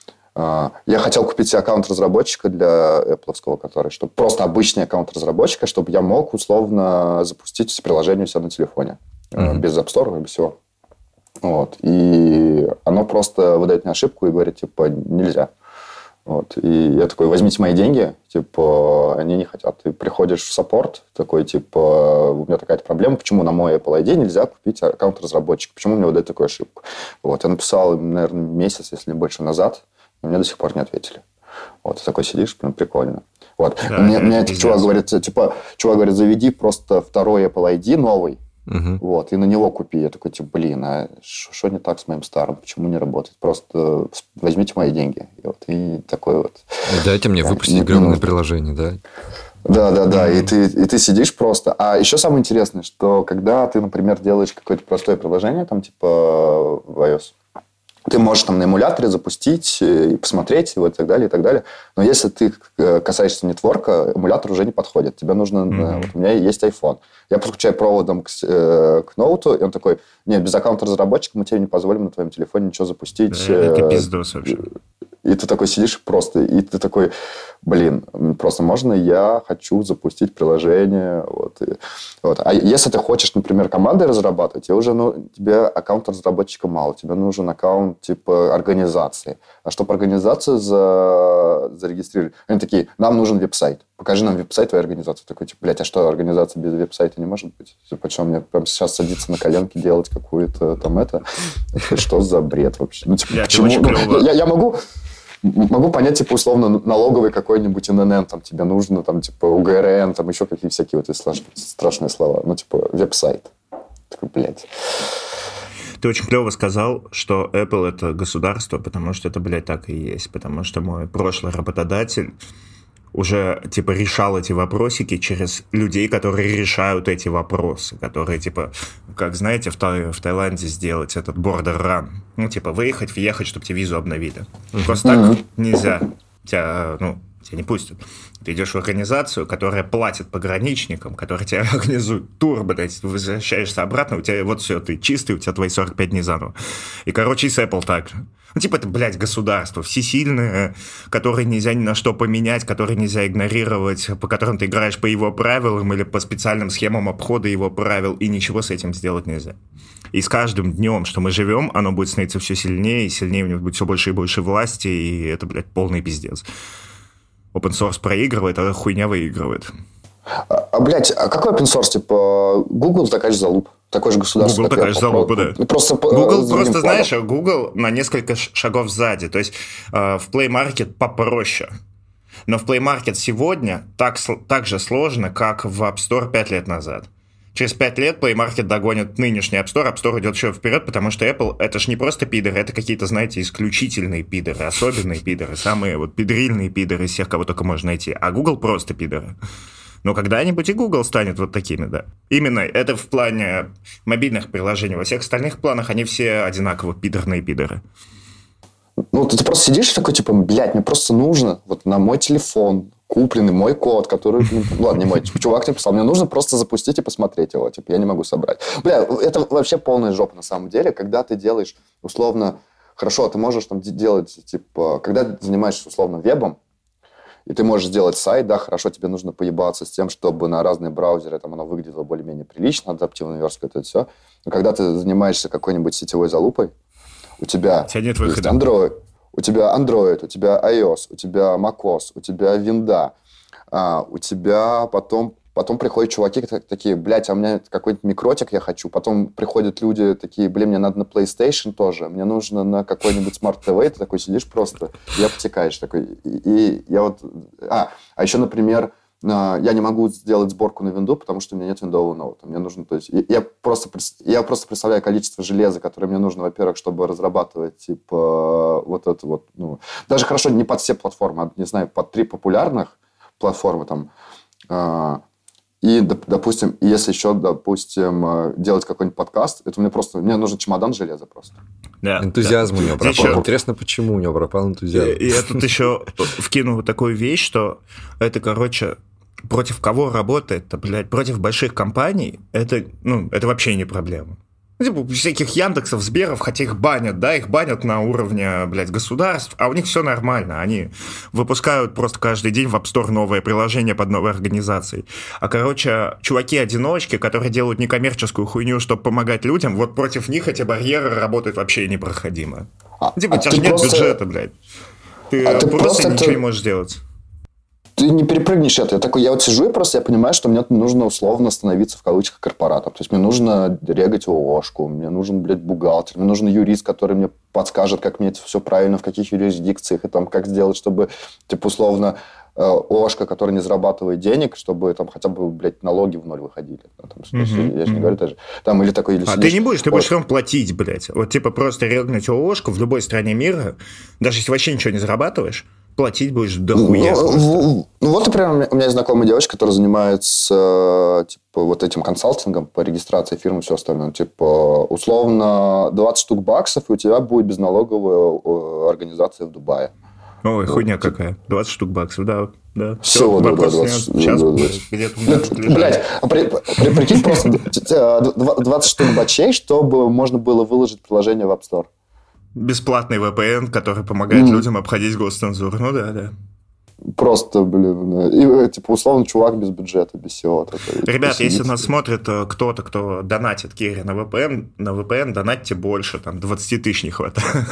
я хотел купить себе аккаунт разработчика для Apple, который, чтобы просто обычный аккаунт разработчика, чтобы я мог условно запустить приложение у себя на телефоне. Без App Store, без всего. Вот. И оно просто выдает мне ошибку и говорит, типа, нельзя. Вот. И я такой, возьмите мои деньги. Типа, они не хотят. Ты приходишь в саппорт, такой, типа, у меня такая-то проблема, почему на мой Apple ID нельзя купить аккаунт разработчика? Почему мне выдают такую ошибку? Вот. Я написал, наверное, месяц, если не больше назад. Но мне до сих пор не ответили. Вот, ты такой сидишь, прям прикольно. Вот. Да, мне этот чувак говорит, заведи просто второй Apple ID новый, вот, и на него купи. Я такой, типа, блин, а что не так с моим старым? Почему не работает? Просто возьмите мои деньги. И такой вот... Дайте мне выпустить гребаное приложение, да? Да. И ты сидишь просто. А еще самое интересное, что когда ты, например, делаешь какое-то простое приложение, там, типа, в iOS, ты можешь там на эмуляторе запустить и посмотреть, и вот, и так далее, и так далее. Но если ты касаешься нетворка, эмулятор уже не подходит. Тебе нужно... Вот у меня есть iPhone. Я подключаю проводом к ноуту, и он такой, нет, без аккаунта разработчика мы тебе не позволим на твоем телефоне ничего запустить. Да, это пиздос вообще. И ты такой сидишь просто, и ты такой, блин, просто можно я хочу запустить приложение. Вот. А если ты хочешь, например, командой разрабатывать, тебе аккаунт разработчика мало, тебе нужен аккаунт типа организации. А чтобы организацию зарегистрировать, они такие, нам нужен веб-сайт. Покажи нам веб-сайт твоей организации. Такой, типа, блядь, а что, организация без веб-сайта не может быть? Причем мне прям сейчас садиться на коленки делать какую-то там это. Что за бред вообще? Ну, типа, почему? Я могу понять, типа, условно, налоговый какой-нибудь ННН, там, тебе нужно, там, типа, УГРН, там, еще какие всякие вот страшные слова. Ну, типа, веб-сайт. Такой, блядь. Ты очень клево сказал, что Apple – это государство, потому что это, блядь, так и есть. Потому что мой прошлый работодатель уже, типа, решал эти вопросики через людей, которые решают эти вопросы, которые, типа, как, знаете, в Таиланде сделать этот border run. Ну, типа, выехать, въехать, чтобы тебе визу обновили. Просто так нельзя. Тебя не пустят. Ты идешь в организацию, которая платит пограничникам, которые тебе организуют тур, блядь, возвращаешься обратно, у тебя вот все, ты чистый, у тебя твои 45 дней заново. И, короче, и с Apple так же. Ну, типа, это, блядь, государство всесильное, которое нельзя ни на что поменять, которое нельзя игнорировать, по которым ты играешь по его правилам или по специальным схемам обхода его правил, и ничего с этим сделать нельзя. И с каждым днем, что мы живем, оно будет становиться все сильнее, и сильнее у него будет все больше и больше власти, и это, блядь, полный пиздец. Open source проигрывает, а хуйня выигрывает. Блядь, а какой open source? Типа, Google такая же залупа. Такое же государство. Google такая же залупа, да. Google просто, знаешь, Google на несколько шагов сзади. То есть в Play Market попроще. Но в Play Market сегодня так же сложно, как в App Store 5 лет назад. Через 5 лет Play Market догонит нынешний App Store идет еще вперед, потому что Apple — это ж не просто пидоры, это какие-то, знаете, исключительные пидоры, особенные пидоры, самые вот пидрильные пидоры из всех, кого только можно найти. А Google просто пидоры. Но когда-нибудь и Google станет вот такими, да. Именно это в плане мобильных приложений. Во всех остальных планах они все одинаково пидорные пидоры. Ну, ты просто сидишь такой, типа, блядь, мне просто нужно вот на мой телефон купленный мой код, который... Ну, ладно, не мой, чувак написал. Мне нужно просто запустить и посмотреть его. Типа, я не могу собрать. Бля, это вообще полная жопа на самом деле, когда ты делаешь, условно... Хорошо, ты можешь там делать, типа... Когда ты занимаешься, условно, вебом, и ты можешь сделать сайт, да, хорошо, тебе нужно поебаться с тем, чтобы на разные браузеры там оно выглядело более-менее прилично, адаптивная верстка, это все. Но когда ты занимаешься какой-нибудь сетевой залупой, у тебя нет есть Android, у тебя iOS, у тебя macOS, у тебя винда, у тебя потом приходят чуваки такие, блядь, а у меня какой-то микротик я хочу. Потом приходят люди такие, блин, мне надо на PlayStation тоже, мне нужно на какой-нибудь Smart TV. Ты такой сидишь просто и обтекаешь такой. И я вот... А еще, например, я не могу сделать сборку на винду, потому что у меня нет виндового ноута. Мне нужно, то есть, я просто представляю количество железа, которое мне нужно, во-первых, чтобы разрабатывать, типа, вот это вот, ну, даже хорошо не под все платформы, а, не знаю, под 3 популярных платформы там. И, допустим, если еще, допустим, делать какой-нибудь подкаст, это мне нужен чемодан железа просто. Да, энтузиазм у него пропал. Интересно, почему у него пропал энтузиазм. И я тут еще вкинул такую вещь, что это, короче, против кого работает-то, блядь, против больших компаний, это вообще не проблема. Типа всяких Яндексов, Сберов, хотя их банят, да, их банят на уровне, блядь, государств, а у них все нормально, они выпускают просто каждый день в App Store новое приложение под новой организацией. А, короче, чуваки-одиночки, которые делают некоммерческую хуйню, чтобы помогать людям, вот против них эти барьеры работают вообще непроходимо. Типа, у тебя же нет бюджета, блядь. Ты просто ничего не можешь делать. Ты не перепрыгнешь это. Я вот сижу и просто я понимаю, что мне нужно условно становиться в кавычках корпоратом. То есть мне нужно регать ООшку, мне нужен, блядь, бухгалтер, мне нужен юрист, который мне подскажет, как мне это все правильно, в каких юрисдикциях, и там как сделать, чтобы, типа, условно, ООшка, которая не зарабатывает денег, чтобы там хотя бы, блядь, налоги в ноль выходили. Я же не говорю даже. Там, или такой, или ты не будешь, ты будешь все равно платить, блядь. Вот типа просто регнуть ООшку в любой стране мира, даже если вообще ничего не зарабатываешь, платить будешь дохуя. Вот, например, у меня есть знакомая девочка, которая занимается типа вот этим консалтингом по регистрации фирмы и все остальное. Типа, условно, 20 штук баксов, и у тебя будет безналоговая организация в Дубае. Ой, хуйня какая. 20 штук баксов, да. Всего, да, 20. Сейчас где-то у меня тут лежит. Блядь, прикинь, просто 20 штук бачей, чтобы можно было выложить приложение в App Store. Бесплатный VPN, который помогает людям обходить госцензуру. Ну да. Просто, блин. И, типа, условно, чувак без бюджета, без всего. Ребят, если нас смотрит кто-то, кто донатит Кире на VPN донатьте больше, там, 20 тысяч не хватает.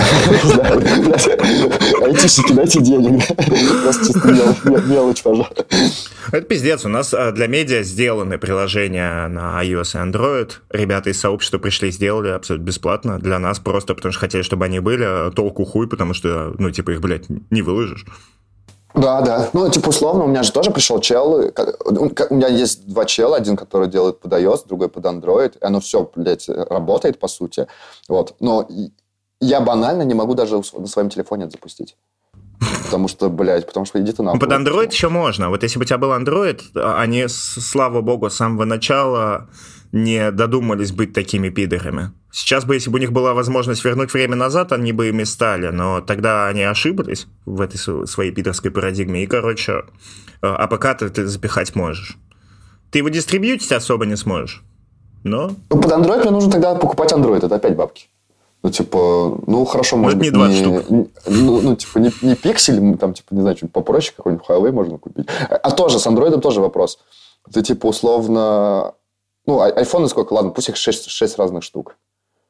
Айтишники, дайте денег. Просто чисто мелочь, пожалуйста. Это пиздец. У нас для медиа сделаны приложения на iOS и Android. Ребята из сообщества пришли, сделали абсолютно бесплатно. Для нас просто, потому что хотели, чтобы они были. Толку хуй, потому что, их, блядь, не выложишь. Да. Ну, типа, условно, у меня же тоже пришел чел. У меня есть 2 чела. Один, который делает под iOS, другой под Android. И оно все, блядь, работает, по сути. Вот. Но я банально не могу даже на своем телефоне это запустить. Потому что иди ты нахуй. Под Android еще можно. Вот если бы у тебя был Android, они, слава богу, с самого начала не додумались быть такими пидорами. Сейчас бы, если бы у них была возможность вернуть время назад, они бы ими стали, но тогда они ошиблись в этой своей пидорской парадигме, и, короче, АПК ты запихать можешь. Ты его дистрибьютить особо не сможешь, но... Ну, под Android мне нужно тогда покупать Android, это опять бабки. Хорошо, может быть, не 20 штук. Не пиксель, там, не знаю, что-нибудь попроще, какой-нибудь Huawei можно купить. А тоже, с Android тоже вопрос. Ты, условно... айфоны сколько? Ладно, пусть их 6 разных штук.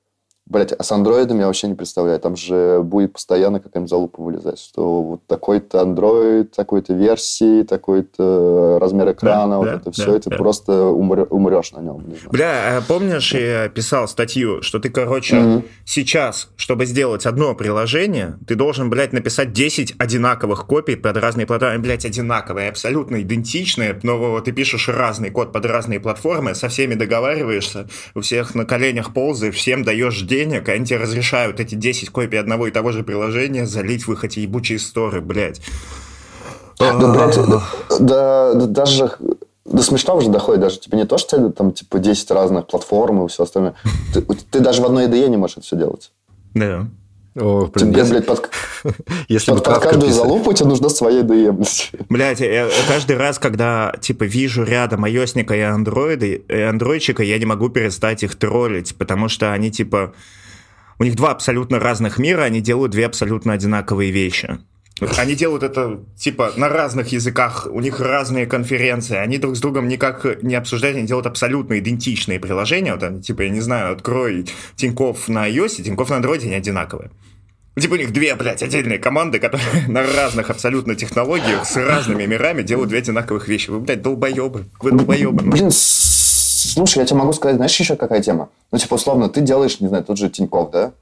Блять, а с андроидом я вообще не представляю. Там же будет постоянно какая-нибудь залупа вылезать, что вот такой-то андроид, такой-то версии, такой-то размер экрана, все, это просто умрешь на нем. Бля, помнишь, я писал статью, что ты, короче, сейчас, чтобы сделать одно приложение, ты должен, блядь, написать 10 одинаковых копий под разные платформы. Блядь, одинаковые, абсолютно идентичные, но ты пишешь разный код под разные платформы, со всеми договариваешься, у всех на коленях ползаешь, всем даешь денег, они тебе разрешают эти 10 копий одного и того же приложения залить в их эти ебучие сторы, блядь. Да, блядь, даже до смешного же доходит, даже тебе не то, что там типа 10 разных платформ и все остальное. Ты даже в одной IDE не можешь это все делать. Да. О, блин, тебе, блядь, под каждую залупу тебе нужна своя IDE, блядь. Блядь, я каждый раз, когда, типа, вижу рядом iOS-ника и андроидчика, я не могу перестать их троллить, потому что они, типа, у них два абсолютно разных мира, они делают две абсолютно одинаковые вещи. Они делают это, типа, на разных языках, у них разные конференции, они друг с другом никак не обсуждают, они делают абсолютно идентичные приложения. Вот, типа, я не знаю, открой Тинькофф на iOS, Тинькофф на андроиде, они одинаковые. Типа, у них две, блядь, отдельные команды, которые на разных абсолютно технологиях с разными мирами делают две одинаковых вещи. Вы, блядь, долбоебы. Вы долбоебы. Блин, слушай, я тебе могу сказать, знаешь, еще какая тема? Ну, типа, условно, ты делаешь, не знаю, тот же Тинькофф, да?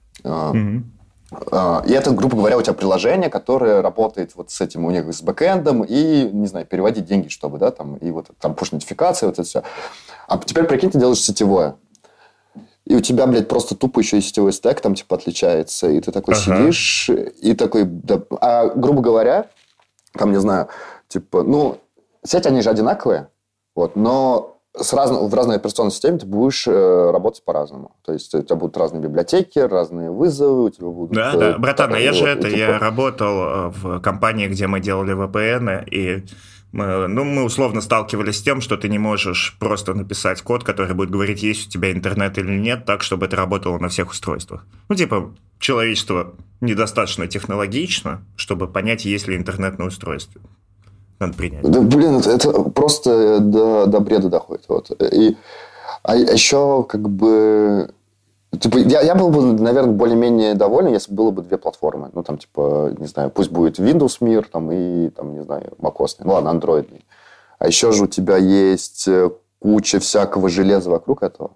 И это, грубо говоря, у тебя приложение, которое работает вот с этим, у них с бэкэндом, и, не знаю, переводить деньги, чтобы, да, там, и вот там push-нотификация, вот это все. А теперь, прикинь, ты делаешь сетевое. И у тебя, блядь, просто тупо еще и сетевой стек там, типа, отличается. И ты такой сидишь, и такой... Да, грубо говоря, там, не знаю, типа, ну, сети, они же одинаковые, вот, но в разной операционной системе ты будешь работать по-разному. То есть у тебя будут разные библиотеки, разные вызовы, у тебя будут... Да, братан, я работал в компании, где мы делали VPN, и мы условно сталкивались с тем, что ты не можешь просто написать код, который будет говорить, есть у тебя интернет или нет, так, чтобы это работало на всех устройствах. Ну, типа, человечество недостаточно технологично, чтобы понять, есть ли интернет на устройстве. Надо принять. Да, блин, это просто до бреда доходит. Вот. А еще, как бы... Типа, я был бы, наверное, более-менее доволен, если было бы две платформы. Ну, там, типа, не знаю, пусть будет Windows мир, там, и, там, не знаю, macOS. Ну, ладно, Android. А еще же у тебя есть куча всякого железа вокруг этого.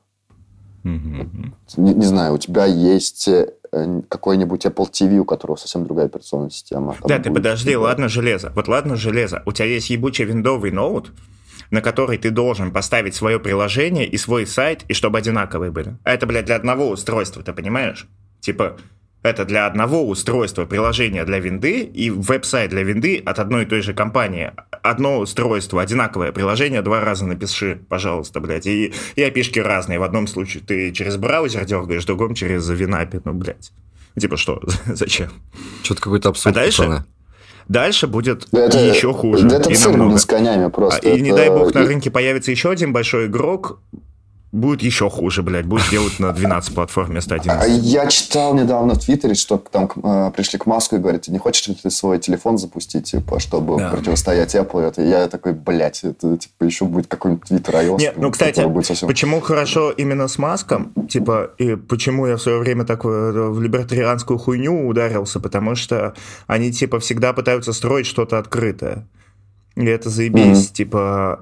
Не знаю, у тебя есть какой-нибудь Apple TV, у которого совсем другая операционная система. Да, ты подожди, ладно железо. Вот ладно железо. У тебя есть ебучий виндовый ноут, на который ты должен поставить свое приложение и свой сайт, и чтобы одинаковые были. А это, блядь, для одного устройства, ты понимаешь? Типа, это для одного устройства приложение для винды и веб-сайт для винды от одной и той же компании. Одно устройство, одинаковое приложение, два раза напиши, пожалуйста, блядь. И API-шки разные. В одном случае ты через браузер дергаешь, в другом через WinAPI, ну, блядь. Типа, что? Зачем? Что-то какой-то абсурд, пацаны. Дальше будет еще хуже. Да это цирк с конями просто. И не дай бог на рынке появится еще один большой игрок, будет еще хуже, блядь. Будет делать на 12 платформ вместо 11. Я читал недавно в Твиттере, что там пришли к Маску и говорят, ты не хочешь ли ты свой телефон запустить, типа, чтобы противостоять Apple? Это, я такой, блядь, это типа еще будет какой-нибудь Twitter iOS. Нет, ну, кстати, почему хорошо именно с Маском, типа, и почему я в свое время так в либертарианскую хуйню ударился, потому что они, типа, всегда пытаются строить что-то открытое. И это заебись, типа...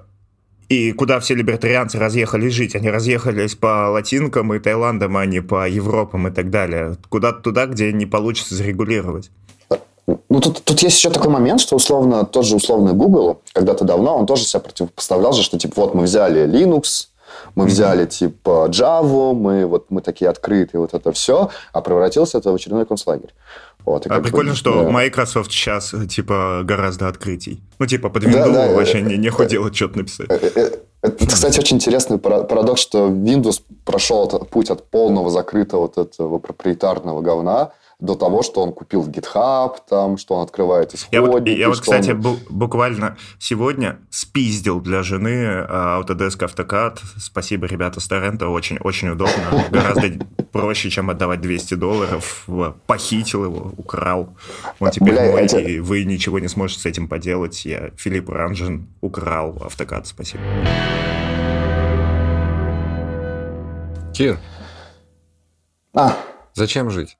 И куда все либертарианцы разъехались жить? Они разъехались по латинкам и Таиландам, а не по Европам и так далее. Куда-то туда, где не получится зарегулировать. Ну, тут есть еще такой момент, что условно, тот же условный Google, когда-то давно, он тоже себя противопоставлял же, что типа вот мы взяли Linux, мы взяли типа Java, мы такие открытые, вот это все, а превратился это в очередной концлагерь. Вот, прикольно, что Microsoft сейчас типа гораздо открытий. Ну, типа под Windows вообще нехуй делать, что-то написать. Это, кстати, очень интересный парадокс, что Windows прошел путь от полного закрытого вот этого проприетарного говна до того, что он купил GitHub, там, что он открывает исходники. Я вот, кстати, буквально сегодня спиздил для жены Autodesk AutoCAD. Спасибо, ребята, с торрента. Очень удобно. Гораздо проще, чем отдавать $200. Похитил его, украл. Он теперь мой, и вы ничего не сможете с этим поделать. Я, Филипп Ранжин, украл AutoCAD. Спасибо. Кир, Зачем жить?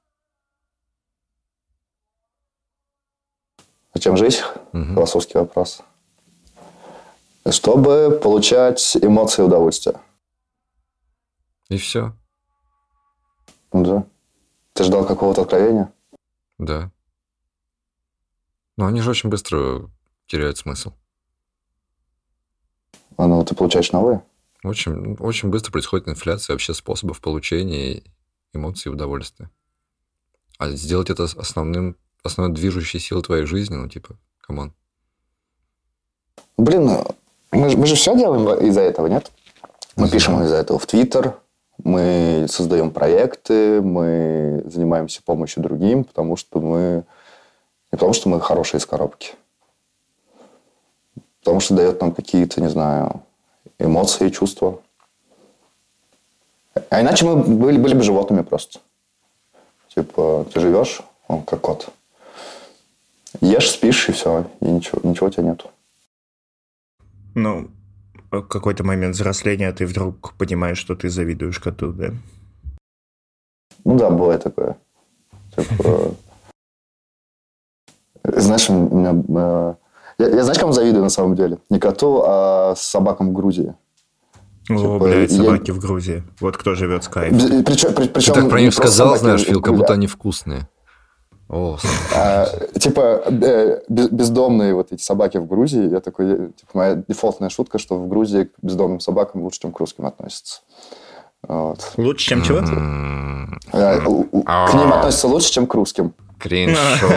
Зачем жить? Философский вопрос. Чтобы получать эмоции и удовольствие. И все. Да. Ты ждал какого-то откровения? Да. Но они же очень быстро теряют смысл. Ну, ты получаешь новые? Очень, очень быстро происходит инфляция вообще способов получения эмоций и удовольствия. А сделать это основной движущей силой твоей жизни, ну, типа, камон. Блин, мы же все делаем из-за этого, нет? Мы пишем из-за этого в Твиттер, мы создаем проекты, мы занимаемся помощью другим, не потому что мы хорошие из коробки. Потому что дает нам какие-то, не знаю, эмоции, чувства. А иначе мы были бы животными просто. Типа, ты живешь, как кот. Ешь, спишь, и все. И ничего у тебя нету. Ну, в какой-то момент взросления ты вдруг понимаешь, что ты завидуешь коту, да? Ну да, бывает такое. Типа... Знаешь, у меня... Я знаешь, кому завидую на самом деле? Не коту, а собакам в Грузии. О, блядь, собаки в Грузии. Вот кто живет с кайфом. Причем ты так про них сказал, знаешь, Фил, как будто они вкусные. Типа бездомные вот эти собаки в Грузии. Я такой, типа, моя дефолтная шутка, что в Грузии к бездомным собакам лучше, чем к русским относятся. Вот. Лучше, чем чего? К ним относятся лучше, чем к русским. Кринж-шоу.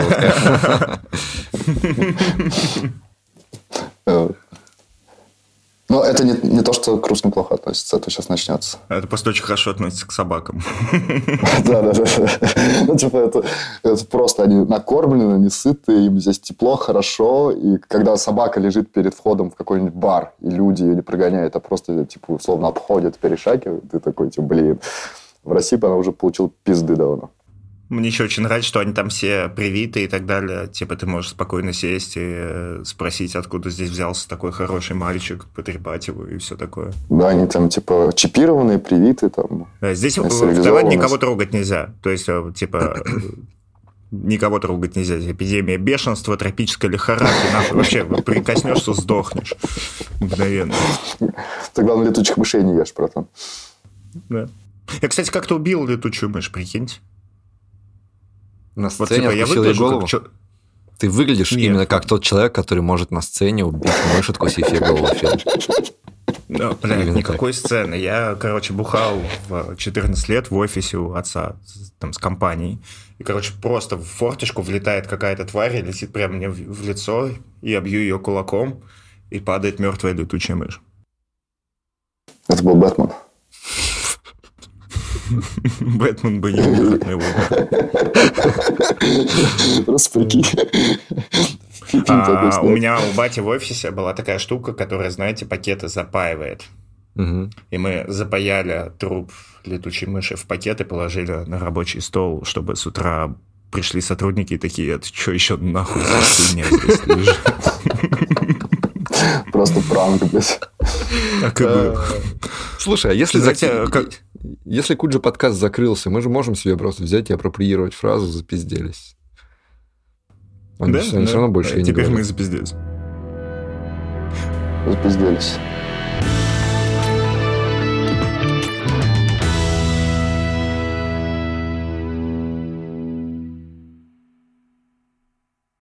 Но это не то, что к русским плохо относится, это сейчас начнется. Это просто очень хорошо относится к собакам. Да. Ну, типа, это просто они накормлены, они сытые, им здесь тепло, хорошо. И когда собака лежит перед входом в какой-нибудь бар, и люди ее не прогоняют, а просто, типа, условно обходят, перешагивают, ты такой, типа, блин. В России бы она уже получила пизды давно. Мне еще очень нравится, что они там все привиты и так далее. Типа ты можешь спокойно сесть и спросить, откуда здесь взялся такой хороший мальчик, потрепать его и все такое. Да, они там типа чипированные, привиты там. Здесь в Таиланде никого трогать нельзя. То есть, типа, никого трогать нельзя. Эпидемия бешенства, тропическая лихорадка. Нахуй вообще прикоснешься, сдохнешь мгновенно. Ты, главное, летучих мышей не ешь, братан. Да. Я, кстати, как-то убил летучую мышь, прикиньте. На сцене вот, типа, откусил ей голову? Ты выглядишь именно как тот человек, который может на сцене убить мышь, откусив ей голову. Да, блядь, никакой сцены. Я, короче, бухал в 14 лет в офисе у отца там, с компанией. И, короче, просто в форточку влетает какая-то тварь и летит прямо мне в лицо. И я бью ее кулаком, и падает мертвая летучая мышь. Это был Бэтмен. Бэтмен бы не умер от моего удара. Просто прикинь. У меня у бати в офисе была такая штука, которая, знаете, пакеты запаивает. И мы запаяли труп летучей мыши в пакет и положили на рабочий стол, чтобы с утра пришли сотрудники и такие, это что еще нахуй за хуйня здесь лежит? Просто пранк, блядь. Так и было. Слушай, а если Куджи подкаст закрылся, мы же можем себе просто взять и апроприировать фразу «запизделись». Они все равно больше не говорят. Теперь мы запизделись. Запизделись.